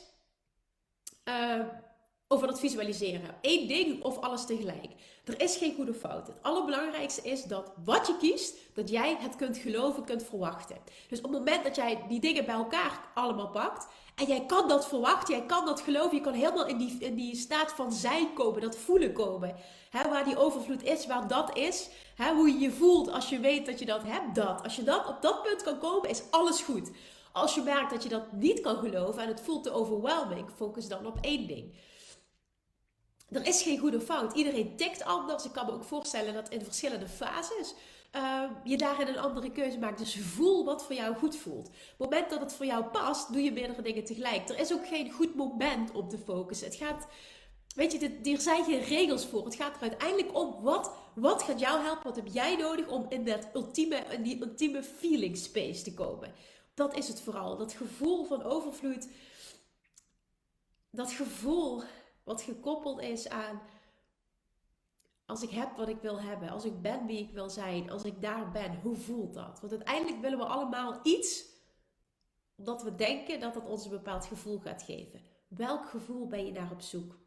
over dat visualiseren. 1 ding of alles tegelijk. Er is geen goede fout. Het allerbelangrijkste is dat wat je kiest, dat jij het kunt geloven, kunt verwachten. Dus op het moment dat jij die dingen bij elkaar allemaal pakt, en jij kan dat verwachten, jij kan dat geloven, je kan helemaal in die staat van zijn komen, dat voelen komen. Waar die overvloed is, waar dat is, hoe je je voelt als je weet dat je dat hebt, dat. Als je dat op dat punt kan komen, is alles goed. Als je merkt dat je dat niet kan geloven en het voelt te overwhelming, focus dan op 1 ding. Er is geen goede fout. Iedereen tikt anders. Ik kan me ook voorstellen dat in verschillende fases je daarin een andere keuze maakt. Dus voel wat voor jou goed voelt. Op het moment dat het voor jou past, doe je meerdere dingen tegelijk. Er is ook geen goed moment om te focussen. Het gaat, weet je, er zijn geen regels voor. Het gaat er uiteindelijk om wat gaat jou helpen. Wat heb jij nodig om in die ultieme feeling space te komen. Dat is het vooral. Dat gevoel van overvloed. Dat gevoel wat gekoppeld is aan als ik heb wat ik wil hebben, als ik ben wie ik wil zijn, als ik daar ben, hoe voelt dat? Want uiteindelijk willen we allemaal iets, omdat we denken dat het ons een bepaald gevoel gaat geven. Welk gevoel ben je naar op zoek?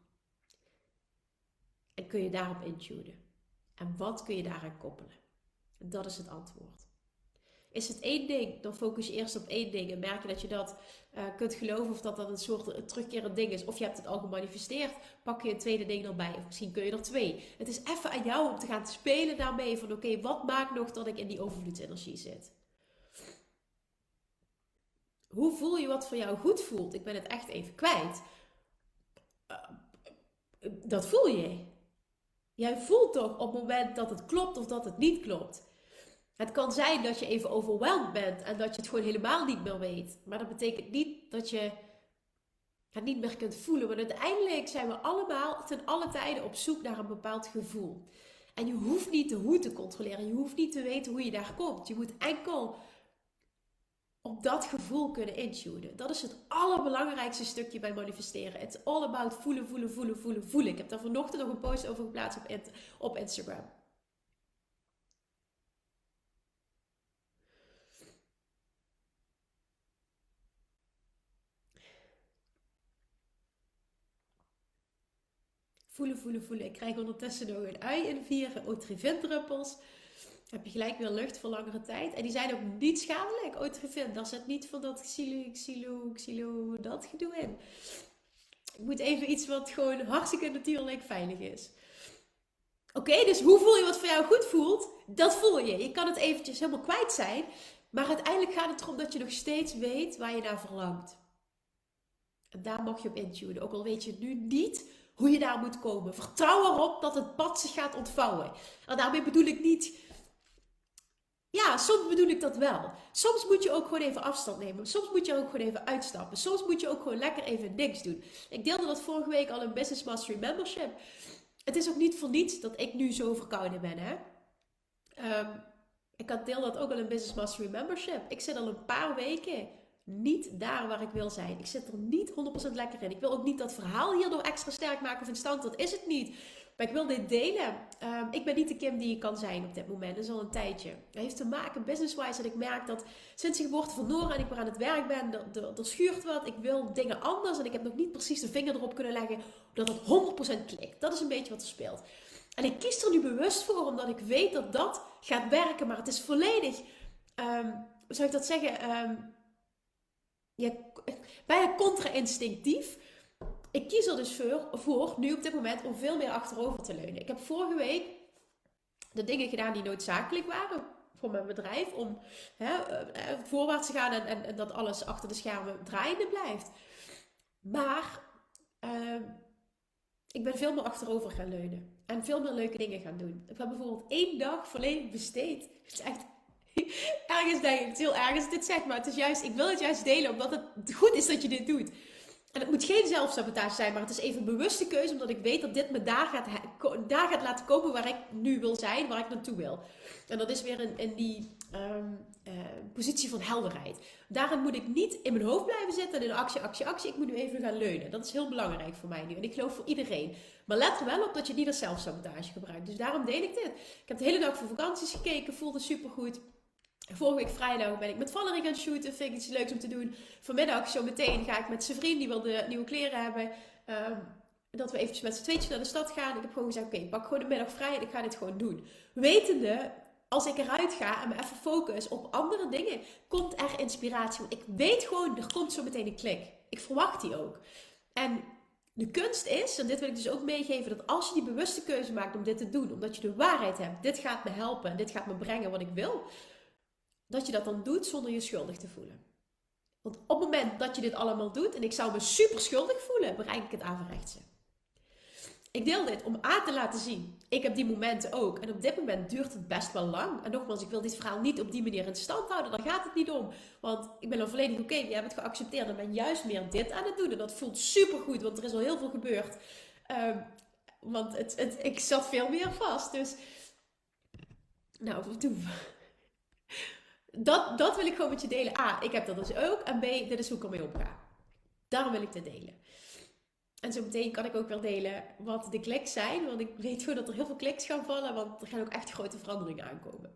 En kun je daarop intunen? En wat kun je daaraan koppelen? En dat is het antwoord. Is het 1 ding, dan focus je eerst op 1 ding en merk je dat je dat kunt geloven of dat een soort terugkerend ding is. Of je hebt het al gemanifesteerd, pak je een tweede ding erbij. Of misschien kun je er 2. Het is even aan jou om te gaan spelen daarmee van oké, wat maakt nog dat ik in die overvloedsenergie zit? Hoe voel je wat voor jou goed voelt? Ik ben het echt even kwijt. Dat voel je. Jij voelt toch op het moment dat het klopt of dat het niet klopt. Het kan zijn dat je even overweldigd bent en dat je het gewoon helemaal niet meer weet. Maar dat betekent niet dat je het niet meer kunt voelen. Want uiteindelijk zijn we allemaal ten alle tijden op zoek naar een bepaald gevoel. En je hoeft niet de hoe te controleren. Je hoeft niet te weten hoe je daar komt. Je moet enkel op dat gevoel kunnen intunen. Dat is het allerbelangrijkste stukje bij manifesteren. It's all about voelen, voelen, voelen, voelen, voelen. Ik heb daar vanochtend nog een post over geplaatst op Instagram. Voelen, voelen, voelen. Ik krijg ondertussen nog een ui in 4 Otrivin-druppels. Heb je gelijk weer lucht voor langere tijd. En die zijn ook niet schadelijk, Otrivin. Daar zit niet van dat xilo, dat gedoe in. Ik moet even iets wat gewoon hartstikke natuurlijk veilig is. Oké, dus hoe voel je wat voor jou goed voelt? Dat voel je. Je kan het eventjes helemaal kwijt zijn. Maar uiteindelijk gaat het erom dat je nog steeds weet waar je naar verlangt. En daar mag je op intunen. Ook al weet je nu niet hoe je daar moet komen. Vertrouw erop dat het pad zich gaat ontvouwen. En daarmee bedoel ik niet Ja, soms bedoel ik dat wel. Soms moet je ook gewoon even afstand nemen. Soms moet je ook gewoon even uitstappen. Soms moet je ook gewoon lekker even niks doen. Ik deelde dat vorige week al in Business Mastery Membership. Het is ook niet voor niets dat ik nu zo verkouden ben, hè. Ehm, ik deel dat ook al in Business Mastery Membership. Ik zit al een paar weken niet daar waar ik wil zijn. Ik zit er niet 100% lekker in. Ik wil ook niet dat verhaal hierdoor extra sterk maken of in stand. Dat is het niet. Maar ik wil dit delen. Ik ben niet de Kim die ik kan zijn op dit moment. Dat is al een tijdje. Het heeft te maken business-wise dat ik merk dat sinds de geboorte van Nora en ik weer aan het werk ben, er schuurt wat. Ik wil dingen anders en ik heb nog niet precies de vinger erop kunnen leggen dat het 100% klikt. Dat is een beetje wat er speelt. En ik kies er nu bewust voor, omdat ik weet dat dat gaat werken. Maar het is volledig, hoe zou ik dat zeggen, ja, bijna contra-instinctief. Ik kies er dus voor, nu op dit moment, om veel meer achterover te leunen. Ik heb vorige week de dingen gedaan die noodzakelijk waren voor mijn bedrijf. Om voorwaarts te gaan en dat alles achter de schermen draaiende blijft. Maar ik ben veel meer achterover gaan leunen. En veel meer leuke dingen gaan doen. Ik heb bijvoorbeeld 1 dag volledig besteed. Het is echt ergens denk ik, het is heel erg als ik dit zeg, maar het is juist, ik wil het juist delen omdat het goed is dat je dit doet. En het moet geen zelfsabotage zijn, maar het is even een bewuste keuze, omdat ik weet dat dit me daar gaat laten komen waar ik nu wil zijn, waar ik naartoe wil. En dat is weer in die positie van helderheid. Daarin moet ik niet in mijn hoofd blijven zitten en in actie. Ik moet nu even gaan leunen. Dat is heel belangrijk voor mij nu. En ik geloof voor iedereen. Maar let er wel op dat je niet als zelfsabotage gebruikt. Dus daarom deel ik dit. Ik heb de hele dag voor vakanties gekeken, voelde supergoed. Vorige week vrijdag ben ik met Valerie gaan shooten. Vind ik iets leuks om te doen. Vanmiddag zo meteen ga ik met zijn vriend, die wil de nieuwe kleren hebben. Dat we eventjes met z'n tweetjes naar de stad gaan. Ik heb gewoon gezegd, oké, ik pak gewoon de middag vrij en ik ga dit gewoon doen. Wetende, als ik eruit ga en me even focus op andere dingen, komt er inspiratie. Want ik weet gewoon, er komt zo meteen een klik. Ik verwacht die ook. En de kunst is, en dit wil ik dus ook meegeven, dat als je die bewuste keuze maakt om dit te doen, omdat je de waarheid hebt, dit gaat me helpen en dit gaat me brengen wat ik wil, dat je dat dan doet zonder je schuldig te voelen. Want op het moment dat je dit allemaal doet, en ik zou me super schuldig voelen, bereik ik het averechtse. Ik deel dit om te laten zien. Ik heb die momenten ook. En op dit moment duurt het best wel lang. En nogmaals, ik wil dit verhaal niet op die manier in stand houden. Daar gaat het niet om. Want ik ben al volledig oké. Je hebt het geaccepteerd. En ben juist meer dit aan het doen. En dat voelt super goed. Want er is al heel veel gebeurd. Want ik zat veel meer vast. Dus, nou, toen... Dat wil ik gewoon met je delen. A, ik heb dat dus ook. En B, dit is hoe ik ermee omga. Daarom wil ik dit delen. En zo meteen kan ik ook wel delen wat de kliks zijn. Want ik weet gewoon dat er heel veel kliks gaan vallen. Want er gaan ook echt grote veranderingen aankomen.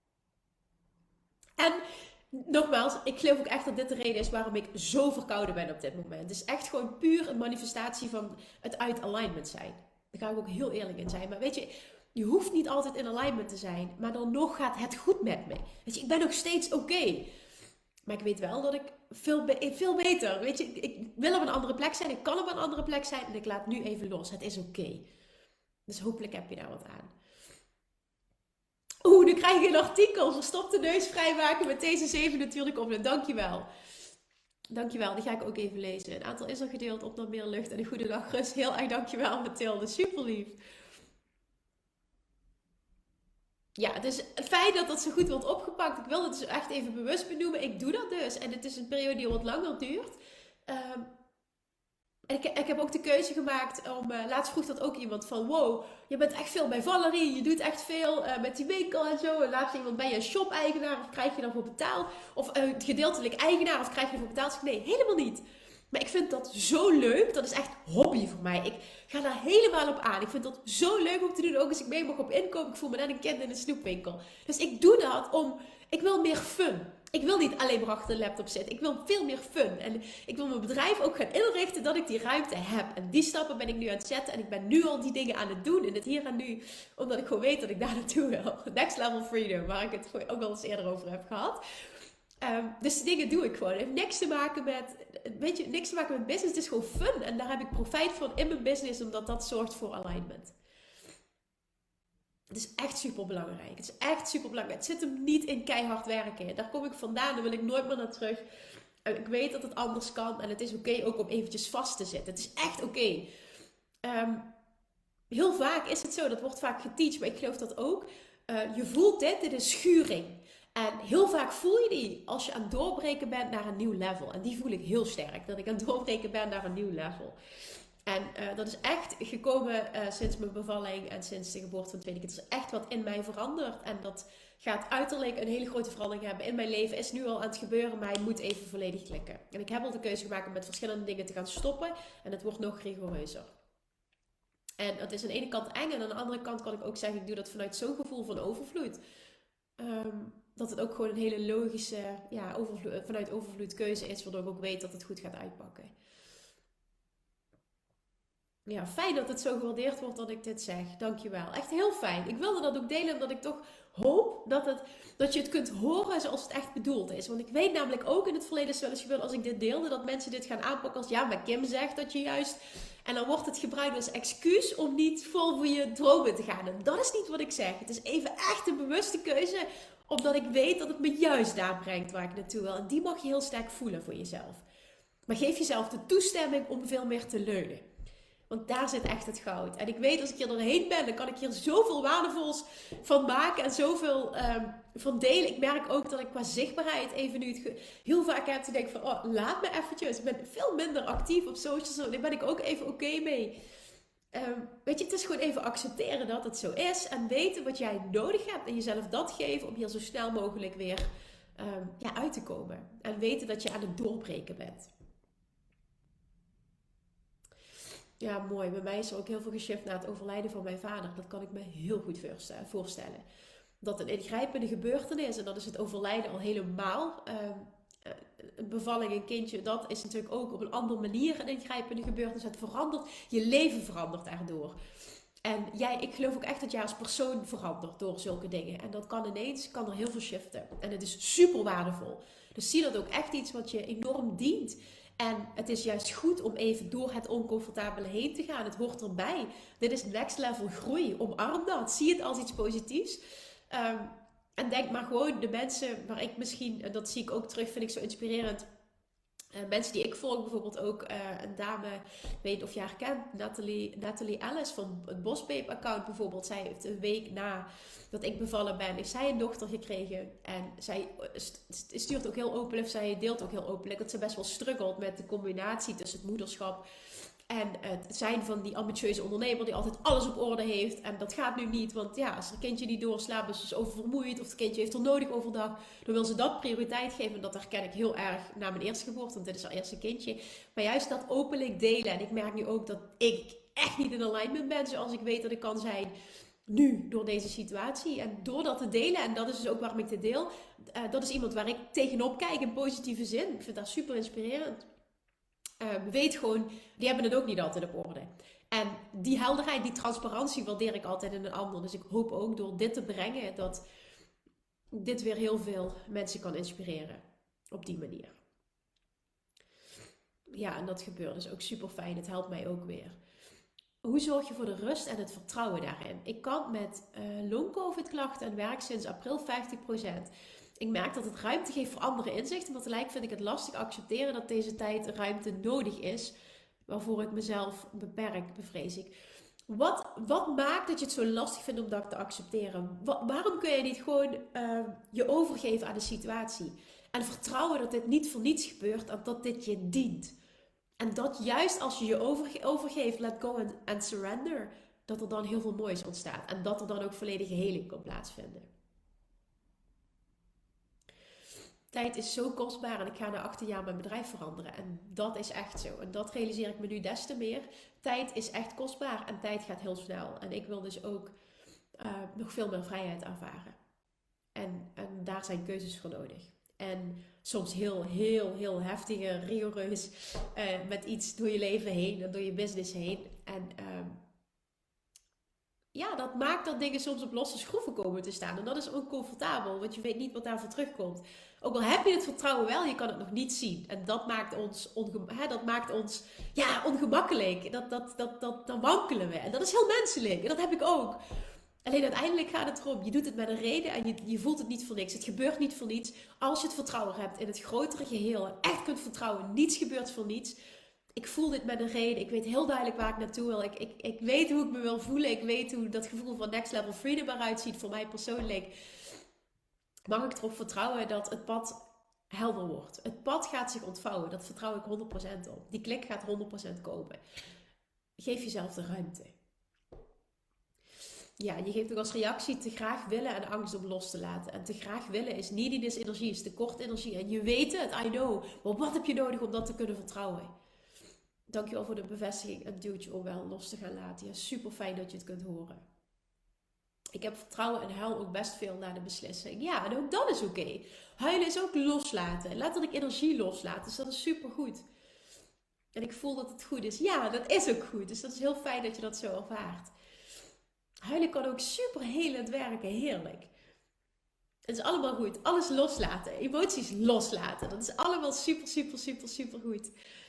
En nogmaals, ik geloof ook echt dat dit de reden is waarom ik zo verkouden ben op dit moment. Het is echt gewoon puur een manifestatie van het uit alignment zijn. Daar ga ik ook heel eerlijk in zijn. Maar weet je, je hoeft niet altijd in alignment te zijn. Maar dan nog gaat het goed met me. Weet je, ik ben nog steeds oké. Maar ik weet wel dat ik veel beter, weet je, ik wil op een andere plek zijn, ik kan op een andere plek zijn en ik laat nu even los. Het is oké. Dus hopelijk heb je daar wat aan. Nu krijg ik een artikel. Verstop de neus vrijmaken met deze 7 natuurlijk op. Dankjewel. Dankjewel, die ga ik ook even lezen. Een aantal is al gedeeld op naar meer lucht en een goede dag rust. Heel erg dankjewel Mathilde, super lief. Ja, het is fijn dat dat zo goed wordt opgepakt. Ik wil het dus echt even bewust benoemen. Ik doe dat dus. En het is een periode die wat langer duurt. En ik heb ook de keuze gemaakt om... laatst vroeg dat ook iemand van... Wow, je bent echt veel bij Valerie. Je doet echt veel met die winkel en zo. En laatst iemand, ben je een shop-eigenaar of krijg je daarvoor betaald? Of gedeeltelijk eigenaar of krijg je ervoor betaald? Nee, helemaal niet. Maar ik vind dat zo leuk. Dat is echt hobby voor mij. Ik ga daar helemaal op aan. Ik vind dat zo leuk om te doen. Ook als ik mee mag op inkoop. Ik voel me net een kind in een snoepwinkel. Dus ik doe dat om... Ik wil meer fun. Ik wil niet alleen maar achter de laptop zitten. Ik wil veel meer fun. En ik wil mijn bedrijf ook gaan inrichten dat ik die ruimte heb. En die stappen ben ik nu aan het zetten. En ik ben nu al die dingen aan het doen. In het hier en nu. Omdat ik gewoon weet dat ik daar naartoe wil. Next level freedom. Waar ik het ook al eens eerder over heb gehad. Dus die dingen doe ik gewoon. Het heeft niks te maken met... Weet je, niks te maken met business. Het is gewoon fun. En daar heb ik profijt van in mijn business. Omdat dat zorgt voor alignment. Het is echt super belangrijk. Het is echt super belangrijk. Het zit hem niet in keihard werken. Daar kom ik vandaan. Daar wil ik nooit meer naar terug. En ik weet dat het anders kan. En het is oké ook om eventjes vast te zitten. Het is echt oké. Heel vaak is het zo. Dat wordt vaak geteacht. Maar ik geloof dat ook. Je voelt dit. Dit is schuring. En heel vaak voel je die als je aan het doorbreken bent naar een nieuw level. En die voel ik heel sterk, dat ik aan het doorbreken ben naar een nieuw level. En dat is echt gekomen sinds mijn bevalling en sinds de geboorte van het tweede kind. Er is echt wat in mij veranderd. En dat gaat uiterlijk een hele grote verandering hebben in mijn leven. Is nu al aan het gebeuren, maar hij moet even volledig klikken. En ik heb al de keuze gemaakt om met verschillende dingen te gaan stoppen. En het wordt nog rigoureuzer. En dat is aan de ene kant eng. En aan de andere kant kan ik ook zeggen, ik doe dat vanuit zo'n gevoel van overvloed. Dat het ook gewoon een hele logische, vanuit overvloed keuze is. Waardoor ik ook weet dat het goed gaat uitpakken. Ja, fijn dat het zo gewaardeerd wordt dat ik dit zeg. Dankjewel. Echt heel fijn. Ik wilde dat ook delen omdat ik toch hoop dat je het kunt horen zoals het echt bedoeld is. Want ik weet namelijk ook in het verleden is wel eens gebeurd als ik dit deelde, dat mensen dit gaan aanpakken als ja, maar Kim zegt dat je juist... En dan wordt het gebruikt als excuus om niet vol voor je dromen te gaan. En dat is niet wat ik zeg. Het is even echt een bewuste keuze, omdat ik weet dat het me juist daar brengt waar ik naartoe wil. En die mag je heel sterk voelen voor jezelf. Maar geef jezelf de toestemming om veel meer te leunen. Want daar zit echt het goud. En ik weet, als ik hier doorheen ben, dan kan ik hier zoveel waardevols van maken en zoveel van delen. Ik merk ook dat ik qua zichtbaarheid even nu het heel vaak heb te denken van, oh, laat me eventjes. Ik ben veel minder actief op socials. Daar ben ik ook even oké mee. Weet je, het is gewoon even accepteren dat het zo is. En weten wat jij nodig hebt. En jezelf dat geven om hier zo snel mogelijk weer uit te komen. En weten dat je aan het doorbreken bent. Ja, mooi. Bij mij is er ook heel veel geshift naar het overlijden van mijn vader. Dat kan ik me heel goed voorstellen. Dat een ingrijpende gebeurtenis, en dat is het overlijden al helemaal. Een bevalling, een kindje, dat is natuurlijk ook op een andere manier een ingrijpende gebeurtenis. Het verandert, je leven verandert daardoor. En ik geloof ook echt dat jij als persoon verandert door zulke dingen. En dat kan er heel veel shiften. En het is super waardevol. Dus zie dat ook echt iets wat je enorm dient. En het is juist goed om even door het oncomfortabele heen te gaan. Het hoort erbij. Dit is next level groei. Omarm dat. Zie het als iets positiefs. En denk maar gewoon de mensen waar ik misschien, en dat zie ik ook terug, vind ik zo inspirerend. Mensen die ik volg, bijvoorbeeld ook een dame, ik weet niet of je haar kent, Natalie Ellis van het Bosbabe account bijvoorbeeld. Zij heeft een week na dat ik bevallen ben, heeft zij een dochter gekregen. En zij stuurt ook heel openlijk, zij deelt ook heel openlijk dat ze best wel struggelt met de combinatie tussen het moederschap en het zijn van die ambitieuze ondernemer die altijd alles op orde heeft. En dat gaat nu niet, want ja, als het kindje niet doorslaapt, is ze oververmoeid. Of het kindje heeft er nodig overdag. Dan wil ze dat prioriteit geven. Dat herken ik heel erg na mijn eerste geboorte, want dit is haar eerste kindje. Maar juist dat openlijk delen. En ik merk nu ook dat ik echt niet in alignment ben zoals ik weet dat ik kan zijn nu door deze situatie. En door dat te delen, en dat is dus ook waarom ik dit deel. Dat is iemand waar ik tegenop kijk in positieve zin. Ik vind dat super inspirerend. Weet gewoon, die hebben het ook niet altijd op orde. En die helderheid, die transparantie waardeer ik altijd in een ander. Dus ik hoop ook door dit te brengen dat dit weer heel veel mensen kan inspireren. Op die manier. Ja, en dat gebeurt dus ook super fijn. Het helpt mij ook weer. Hoe zorg je voor de rust en het vertrouwen daarin? Ik kan met long-covid klachten en werk sinds april 50%. Ik merk dat het ruimte geeft voor andere inzichten, maar tegelijk vind ik het lastig accepteren dat deze tijd ruimte nodig is, waarvoor ik mezelf beperk, bevrees ik. Wat maakt dat je het zo lastig vindt om dat te accepteren? Waarom kun je niet gewoon je overgeven aan de situatie? En vertrouwen dat dit niet voor niets gebeurt en dat dit je dient. En dat juist als je je overgeeft, let go en surrender, dat er dan heel veel moois ontstaat. En dat er dan ook volledige heling kan plaatsvinden. Tijd is zo kostbaar en ik ga na 18 jaar mijn bedrijf veranderen. En dat is echt zo. En dat realiseer ik me nu des te meer. Tijd is echt kostbaar en tijd gaat heel snel. En ik wil dus ook nog veel meer vrijheid ervaren. En daar zijn keuzes voor nodig. En soms heel, heel, heel heftig en rigoureus met iets door je leven heen en door je business heen. En dat maakt dat dingen soms op losse schroeven komen te staan. En dat is oncomfortabel, want je weet niet wat daarvoor terugkomt. Ook al heb je het vertrouwen wel, je kan het nog niet zien. En dat maakt ons, ongemakkelijk. Dan wankelen we. En dat is heel menselijk. En dat heb ik ook. Alleen uiteindelijk gaat het erom, je doet het met een reden en je voelt het niet voor niks. Het gebeurt niet voor niets. Als je het vertrouwen hebt in het grotere geheel en echt kunt vertrouwen, niets gebeurt voor niets. Ik voel dit met een reden. Ik weet heel duidelijk waar ik naartoe wil. Ik weet hoe ik me wil voelen. Ik weet hoe dat gevoel van next level freedom eruit ziet voor mij persoonlijk. mag ik erop vertrouwen dat het pad helder wordt. Het pad gaat zich ontvouwen. Dat vertrouw ik 100% op. Die klik gaat 100% komen. Geef jezelf de ruimte. Ja, je geeft ook als reactie te graag willen en angst om los te laten. En te graag willen is neediness energie, is tekort energie. En je weet het, I know. Maar wat heb je nodig om dat te kunnen vertrouwen? Dankjewel voor de bevestiging en duwtje om wel los te gaan laten. Ja, super fijn dat je het kunt horen. Ik heb vertrouwen en huil ook best veel na de beslissing. Ja, en ook dat is oké. Huilen is ook loslaten. Letterlijk energie loslaten. Dus dat is super goed. En ik voel dat het goed is. Ja, dat is ook goed. Dus dat is heel fijn dat je dat zo ervaart. Huilen kan ook super helend werken. Heerlijk. Het is allemaal goed. Alles loslaten. Emoties loslaten. Dat is allemaal super, super, super, super goed.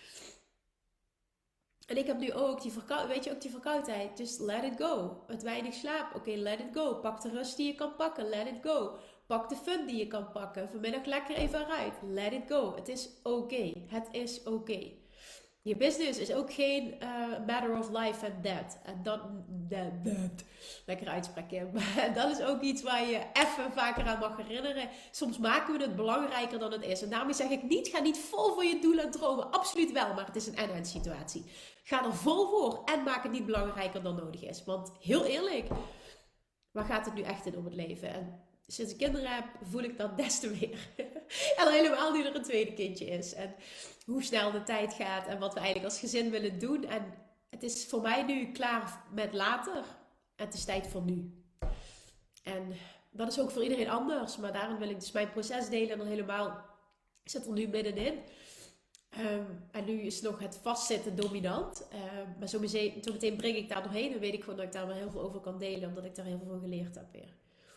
En ik heb nu ook die verkoudheid. Just let it go. Het weinig slaap. Oké, let it go. Pak de rust die je kan pakken. Let it go. Pak de fun die je kan pakken. Vanmiddag lekker even eruit. Let it go. Het is oké. Het is oké. Je business is ook geen matter of life and death. En dat lekker uitspreken. Maar dat is ook iets waar je even vaker aan mag herinneren. Soms maken we het belangrijker dan het is. En daarmee zeg ik niet, ga niet vol voor je doelen en dromen. Absoluut wel, maar het is een en-en situatie. Ga er vol voor en maak het niet belangrijker dan nodig is. Want heel eerlijk, waar gaat het nu echt in om het leven? En sinds ik kinderen heb, voel ik dat des te meer. En al helemaal nu er een tweede kindje is. En hoe snel de tijd gaat en wat we eigenlijk als gezin willen doen. En het is voor mij nu klaar met later. En het is tijd voor nu. En dat is ook voor iedereen anders. Maar daarom wil ik dus mijn proces delen. En dan helemaal, ik zit er nu middenin. En nu is nog het vastzitten dominant. Maar zo meteen breng ik daar doorheen. En weet ik gewoon dat ik daar wel heel veel over kan delen. Omdat ik daar heel veel van geleerd heb weer.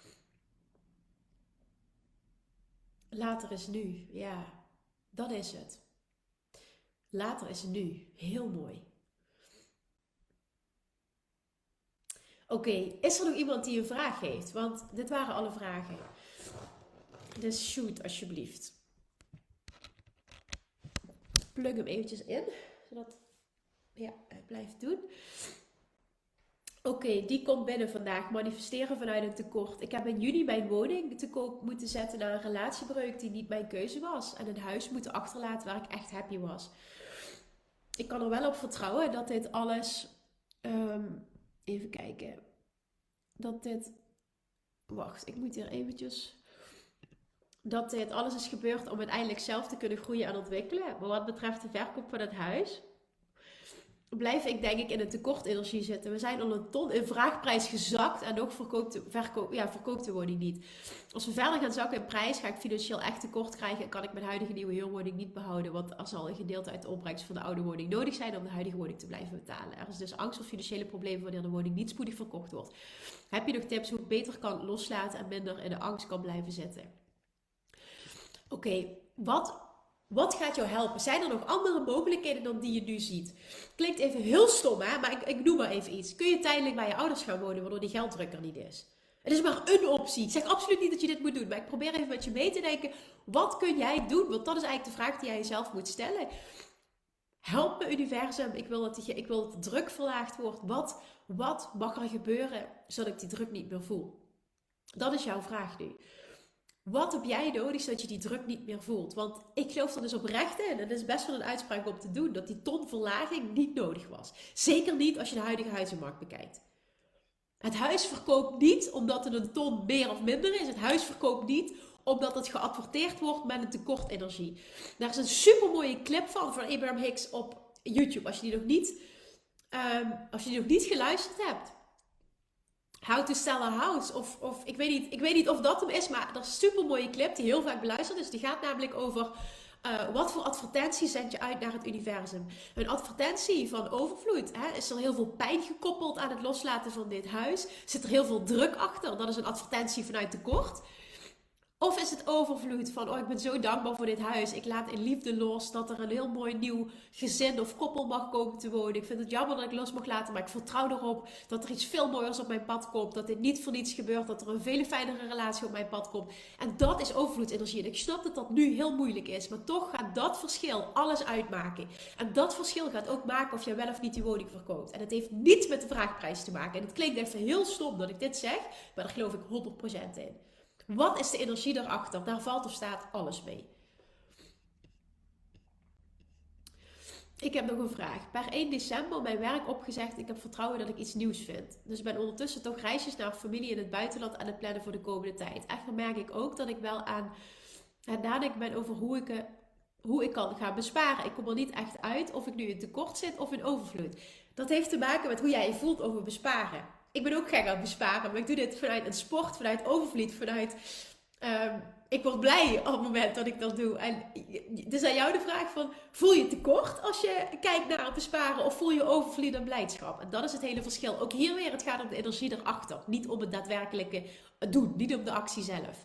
Later is nu. Ja, dat is het. Later is nu. Heel mooi. Oké, is er nog iemand die een vraag heeft? Want dit waren alle vragen. Dus shoot alsjeblieft. Plug hem eventjes in. Zodat hij blijft doen. Oké, die komt binnen vandaag. Manifesteren vanuit een tekort. Ik heb in juni mijn woning te koop moeten zetten na een relatiebreuk die niet mijn keuze was. En een huis moeten achterlaten waar ik echt happy was. Ik kan er wel op vertrouwen dat dit alles... even kijken. Dat dit... Wacht, ik moet hier eventjes... Dat dit alles is gebeurd om uiteindelijk zelf te kunnen groeien en ontwikkelen. Maar wat betreft de verkoop van het huis... blijf ik denk ik in een tekortenergie zitten. We zijn al een ton in vraagprijs gezakt en nog verkoopt de woning niet. Als we verder gaan zakken in prijs, ga ik financieel echt tekort krijgen en kan ik mijn huidige nieuwe huurwoning niet behouden. Want er zal een gedeelte uit de opbrengst van de oude woning nodig zijn om de huidige woning te blijven betalen. Er is dus angst voor financiële problemen wanneer de woning niet spoedig verkocht wordt. Heb je nog tips hoe ik beter kan loslaten en minder in de angst kan blijven zitten? Oké, wat gaat jou helpen? Zijn er nog andere mogelijkheden dan die je nu ziet? Klinkt even heel stom, hè? Maar ik noem maar even iets. Kun je tijdelijk bij je ouders gaan wonen, waardoor die gelddruk er niet is? Het is maar een optie. Ik zeg absoluut niet dat je dit moet doen, maar ik probeer even met je mee te denken. Wat kun jij doen? Want dat is eigenlijk de vraag die jij jezelf moet stellen. Help me universum. Ik wil dat de druk verlaagd wordt. Wat mag er gebeuren, zodat ik die druk niet meer voel? Dat is jouw vraag nu. Wat heb jij nodig zodat je die druk niet meer voelt? Want ik geloof er dus oprecht in, en dat is best wel een uitspraak om te doen, dat die tonverlaging niet nodig was. Zeker niet als je de huidige huizenmarkt bekijkt. Het huis verkoopt niet omdat het een ton meer of minder is. Het huis verkoopt niet omdat het geadverteerd wordt met een tekortenergie. Daar is een supermooie clip van Abraham Hicks op YouTube. Als je die nog niet geluisterd hebt. How to sell a house. Of ik weet niet of dat hem is, maar dat is een super mooie clip die heel vaak beluisterd is. Die gaat namelijk over wat voor advertentie zend je uit naar het universum. Een advertentie van overvloed. Is er heel veel pijn gekoppeld aan het loslaten van dit huis? Zit er heel veel druk achter? Dat is een advertentie vanuit tekort. Of is het overvloed van, ik ben zo dankbaar voor dit huis. Ik laat in liefde los dat er een heel mooi nieuw gezin of koppel mag komen te wonen. Ik vind het jammer dat ik los mag laten, maar ik vertrouw erop dat er iets veel mooiers op mijn pad komt. Dat dit niet voor niets gebeurt, dat er een veel fijnere relatie op mijn pad komt. En dat is overvloedsenergie. En ik snap dat dat nu heel moeilijk is, maar toch gaat dat verschil alles uitmaken. En dat verschil gaat ook maken of jij wel of niet die woning verkoopt. En het heeft niets met de vraagprijs te maken. En het klinkt even heel stom dat ik dit zeg, maar daar geloof ik 100% in. Wat is de energie daarachter? Daar valt of staat alles mee. Ik heb nog een vraag. Per 1 december mijn werk opgezegd. Ik heb vertrouwen dat ik iets nieuws vind. Dus ik ben ondertussen toch reisjes naar familie in het buitenland aan het plannen voor de komende tijd. Echter merk ik ook dat ik wel aan het nadenken ben over hoe ik kan gaan besparen. Ik kom er niet echt uit of ik nu in tekort zit of in overvloed. Dat heeft te maken met hoe jij je voelt over besparen. Ik ben ook gek aan het besparen, maar ik doe dit vanuit een sport, vanuit overvloed, vanuit... ik word blij op het moment dat ik dat doe. En dus aan jou de vraag van, voel je tekort als je kijkt naar het besparen of voel je overvloed en blijdschap? En dat is het hele verschil. Ook hier weer, het gaat om de energie erachter. Niet om het daadwerkelijke doen, niet om de actie zelf.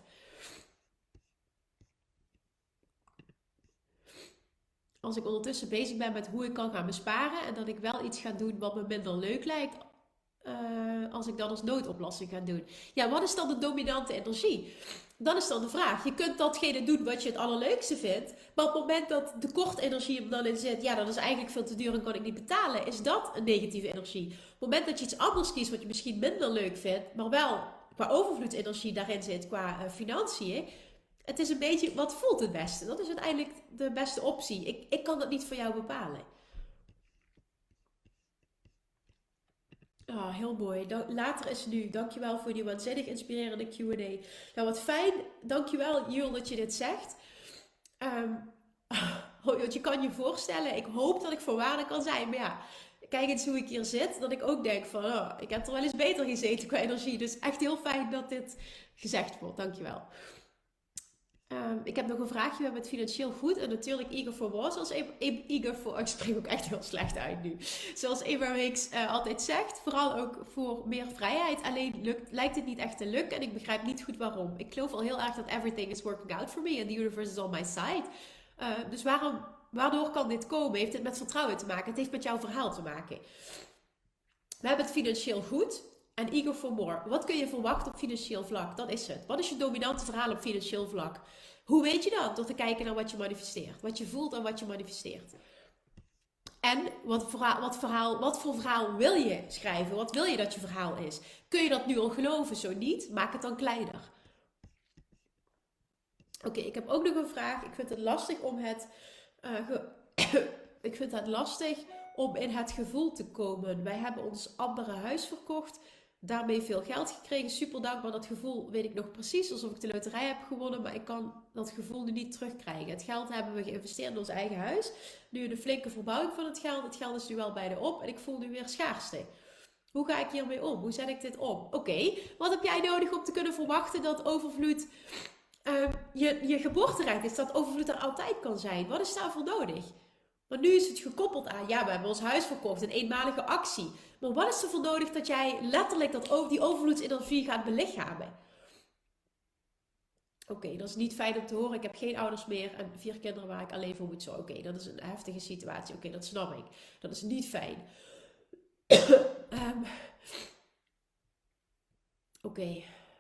Als ik ondertussen bezig ben met hoe ik kan gaan besparen en dat ik wel iets ga doen wat me minder leuk lijkt, als ik dat als noodoplossing ga doen. Ja, wat is dan de dominante energie? Dan is dan de vraag. Je kunt datgene doen wat je het allerleukste vindt, maar op het moment dat de kortenergie hem dan in zit, ja, dat is eigenlijk veel te duur en kan ik niet betalen, is dat een negatieve energie. Op het moment dat je iets anders kiest wat je misschien minder leuk vindt, maar wel qua overvloedsenergie daarin zit, qua financiën, het is een beetje, wat voelt het beste? Dat is uiteindelijk de beste optie. Ik kan dat niet voor jou bepalen. Ah, heel mooi. Later is nu. Dankjewel voor die waanzinnig inspirerende Q&A. Nou, wat fijn. Dankjewel, Jul, dat je dit zegt. Ehm, want je kan je voorstellen, ik hoop dat ik voor waarde kan zijn. Maar ja, kijk eens hoe ik hier zit. Dat ik ook denk van, oh, ik heb er wel eens beter gezeten qua energie. Dus echt heel fijn dat dit gezegd wordt. Dankjewel. Ik heb nog een vraagje. We hebben het financieel goed en natuurlijk eager for more. Zoals eager for, ik spreek ook echt heel slecht uit nu. Zoals Abraham Hicks altijd zegt. Vooral ook voor meer vrijheid. Alleen lijkt het niet echt te lukken en ik begrijp niet goed waarom. Ik geloof al heel erg dat everything is working out for me and the universe is on my side. Dus waardoor kan dit komen? Heeft het met vertrouwen te maken? Het heeft met jouw verhaal te maken. We hebben het financieel goed. En eager for more. Wat kun je verwachten op financieel vlak? Dat is het. Wat is je dominante verhaal op financieel vlak? Hoe weet je dat? Door te kijken naar wat je manifesteert. Wat je voelt en wat je manifesteert. En wat voor verhaal wil je schrijven? Wat wil je dat je verhaal is? Kun je dat nu al geloven? Zo niet, maak het dan kleiner. Oké, ik heb ook nog een vraag. Ik vind het lastig om ik vind het lastig om in het gevoel te komen. Wij hebben ons andere huis verkocht. Daarmee veel geld gekregen. Super dankbaar. Dat gevoel weet ik nog precies. Alsof ik de loterij heb gewonnen. Maar ik kan dat gevoel nu niet terugkrijgen. Het geld hebben we geïnvesteerd in ons eigen huis. Nu een flinke verbouwing van het geld. Het geld is nu wel bijna op. En ik voel nu weer schaarste. Hoe ga ik hiermee om? Hoe zet ik dit om? Oké, wat heb jij nodig om te kunnen verwachten dat overvloed je geboorterecht is? Dat overvloed er altijd kan zijn. Wat is daarvoor nodig? Want nu is het gekoppeld aan, ja, we hebben ons huis verkocht, een eenmalige actie. Maar wat is er voor nodig dat jij letterlijk die overvloedsenergie gaat belichamen? Oké, dat is niet fijn om te horen. Ik heb geen ouders meer en 4 kinderen waar ik alleen voor moet zorgen. Oké, dat is een heftige situatie. Oké, dat snap ik. Dat is niet fijn. Oké.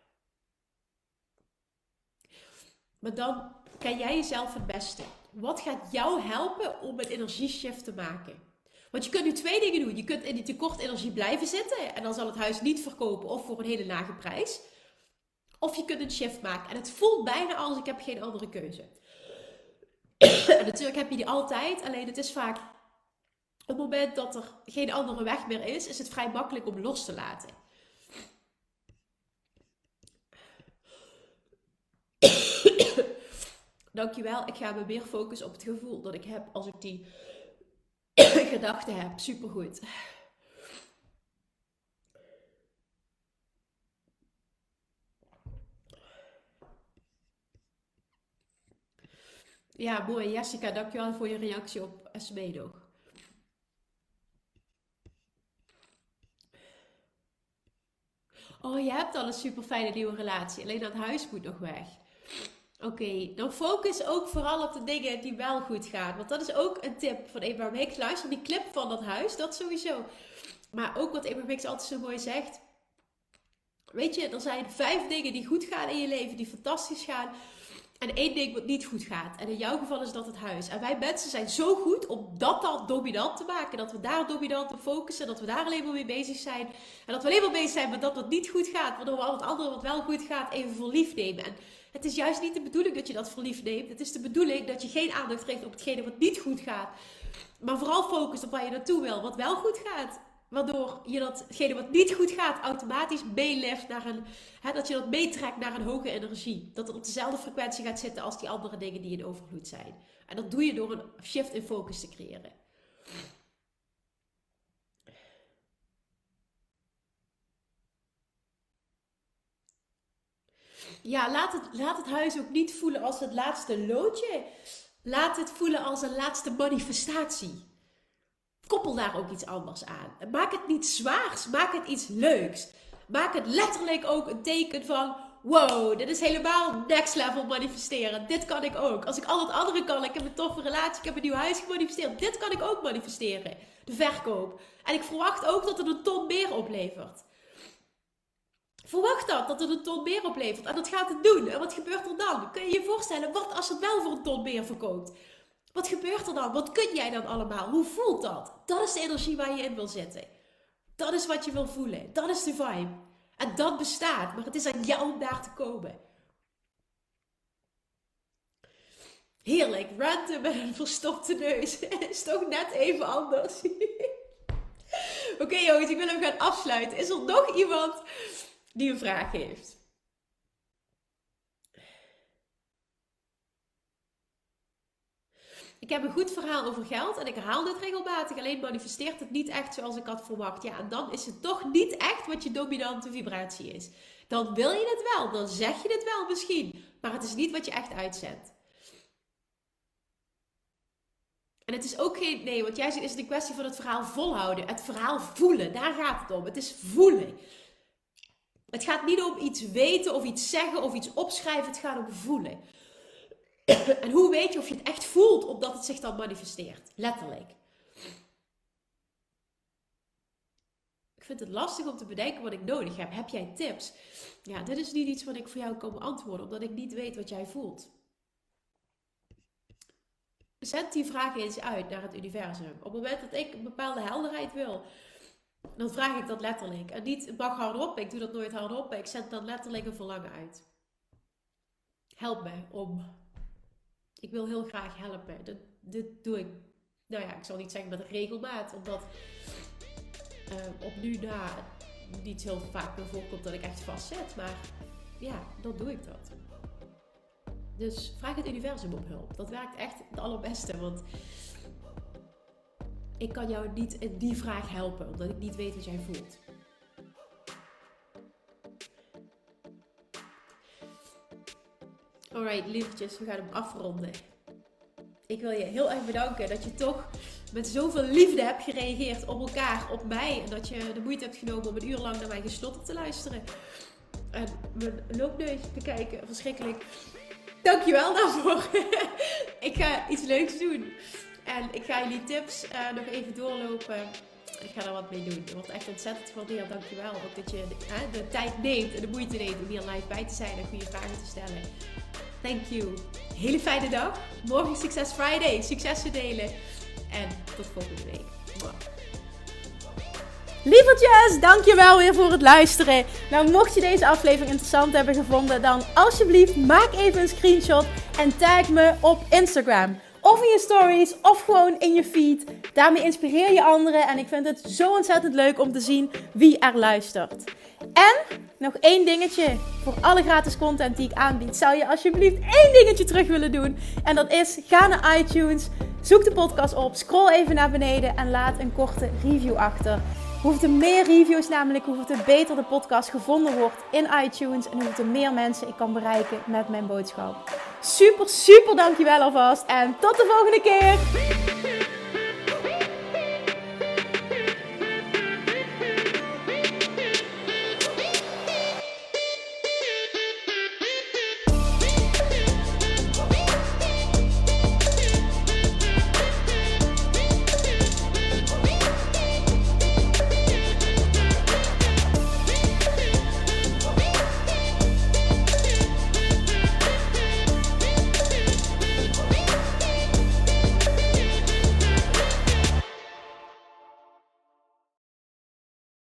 Maar dan ken jij jezelf het beste. Wat gaat jou helpen om een energieshift te maken? Want je kunt nu 2 dingen doen. Je kunt in die tekortenergie blijven zitten en dan zal het huis niet verkopen of voor een hele lage prijs. Of je kunt een shift maken. En het voelt bijna als ik heb geen andere keuze. En natuurlijk heb je die altijd. Alleen het is vaak op het moment dat er geen andere weg meer is het vrij makkelijk om los te laten. Dankjewel. Ik ga me meer focussen op het gevoel dat ik heb als ik die gedachten heb. Supergoed. Ja, mooi. Jessica, dankjewel voor je reactie op SME nog. Oh, je hebt al een super fijne nieuwe relatie. Alleen dat huis moet nog weg. Oké, dan focus ook vooral op de dingen die wel goed gaan. Want dat is ook een tip van Abraham Hicks. Luister die clip van dat huis, dat sowieso. Maar ook wat Abraham Hicks altijd zo mooi zegt. Weet je, er zijn 5 dingen die goed gaan in je leven, die fantastisch gaan. en 1 ding wat niet goed gaat. En in jouw geval is dat het huis. En wij mensen zijn zo goed om dat dan dominant te maken. Dat we daar dominant op focussen. Dat we daar alleen maar mee bezig zijn. En dat we alleen maar bezig zijn met dat wat niet goed gaat. Waardoor we al het andere wat wel goed gaat even voor lief nemen. En het is juist niet de bedoeling dat je dat voor lief neemt. Het is de bedoeling dat je geen aandacht geeft op hetgene wat niet goed gaat. Maar vooral focust op waar je naartoe wil. Wat wel goed gaat. Waardoor je datgene wat niet goed gaat automatisch meeleft naar dat je dat meetrekt naar een hoge energie. Dat het op dezelfde frequentie gaat zitten als die andere dingen die in overvloed zijn. En dat doe je door een shift in focus te creëren. Ja, laat het huis ook niet voelen als het laatste loodje. Laat het voelen als een laatste manifestatie. Koppel daar ook iets anders aan. Maak het niet zwaars. Maak het iets leuks. Maak het letterlijk ook een teken van... Wow, dit is helemaal next level manifesteren. Dit kan ik ook. Als ik al het andere kan. Ik heb een toffe relatie. Ik heb een nieuw huis gemanifesteerd. Dit kan ik ook manifesteren. De verkoop. En ik verwacht ook dat het een ton meer oplevert. Verwacht dat het een ton meer oplevert. En dat gaat het doen. En wat gebeurt er dan? Kun je je voorstellen, wat als het wel voor een ton meer verkoopt? Wat gebeurt er dan? Wat kun jij dan allemaal? Hoe voelt dat? Dat is de energie waar je in wil zitten. Dat is wat je wil voelen. Dat is de vibe. En dat bestaat. Maar het is aan jou om daar te komen. Heerlijk. Ranten met een verstopte neus. Is toch net even anders. Oké, jongens, ik wil hem gaan afsluiten. Is er nog iemand die een vraag heeft? Ik heb een goed verhaal over geld en ik herhaal dit regelmatig. Alleen manifesteert het niet echt zoals ik had verwacht. Ja, en dan is het toch niet echt wat je dominante vibratie is. Dan wil je het wel, dan zeg je het wel misschien. Maar het is niet wat je echt uitzendt. En het is ook geen... Nee, wat jij zegt is het een kwestie van het verhaal volhouden. Het verhaal voelen, daar gaat het om. Het is voelen. Het gaat niet om iets weten of iets zeggen of iets opschrijven. Het gaat om voelen. En hoe weet je of je het echt voelt, omdat het zich dan manifesteert? Letterlijk. Ik vind het lastig om te bedenken wat ik nodig heb. Heb jij tips? Ja, dit is niet iets wat ik voor jou kan beantwoorden, omdat ik niet weet wat jij voelt. Zend die vraag eens uit naar het universum. Op het moment dat ik een bepaalde helderheid wil, dan vraag ik dat letterlijk. En niet, het mag hardop, ik doe dat nooit hardop, ik zend dan letterlijk een verlangen uit. Help me om... Ik wil heel graag helpen. Dit doe ik, nou ja, ik zal niet zeggen met een regelmaat, omdat op nu na niet heel vaak meer voorkomt dat ik echt vastzet. Maar ja, dan doe ik dat. Dus vraag het universum om hulp. Dat werkt echt het allerbeste, want ik kan jou niet in die vraag helpen, omdat ik niet weet wat jij voelt. Alright, lievertjes, we gaan hem afronden. Ik wil je heel erg bedanken dat je toch met zoveel liefde hebt gereageerd op elkaar, op mij. En dat je de moeite hebt genomen om 1 uur lang naar mijn gestotter te luisteren. En mijn loopneus te kijken, verschrikkelijk. Dankjewel daarvoor. Ik ga iets leuks doen. En ik ga jullie tips nog even doorlopen. Ik ga er wat mee doen. Het wordt echt ontzettend gewaardeerd. Dankjewel. Ook dat je de tijd neemt en de moeite neemt om hier live bij te zijn en goede vragen te stellen. Thank you. Hele fijne dag. Morgen Success Friday. Successen delen. En tot volgende week. Mwah. Lievertjes, dankjewel weer voor het luisteren. Nou, mocht je deze aflevering interessant hebben gevonden, dan alsjeblieft maak even een screenshot en tag me op Instagram. Of in je stories, of gewoon in je feed. Daarmee inspireer je anderen en ik vind het zo ontzettend leuk om te zien wie er luistert. En nog 1 dingetje. Voor alle gratis content die ik aanbied, zou je alsjeblieft 1 dingetje terug willen doen. En dat is, ga naar iTunes, zoek de podcast op, scroll even naar beneden en laat een korte review achter. Hoeveel meer reviews namelijk, hoeveel beter de podcast gevonden wordt in iTunes. En hoeveel meer mensen ik kan bereiken met mijn boodschap. Super, super dankjewel alvast. En tot de volgende keer.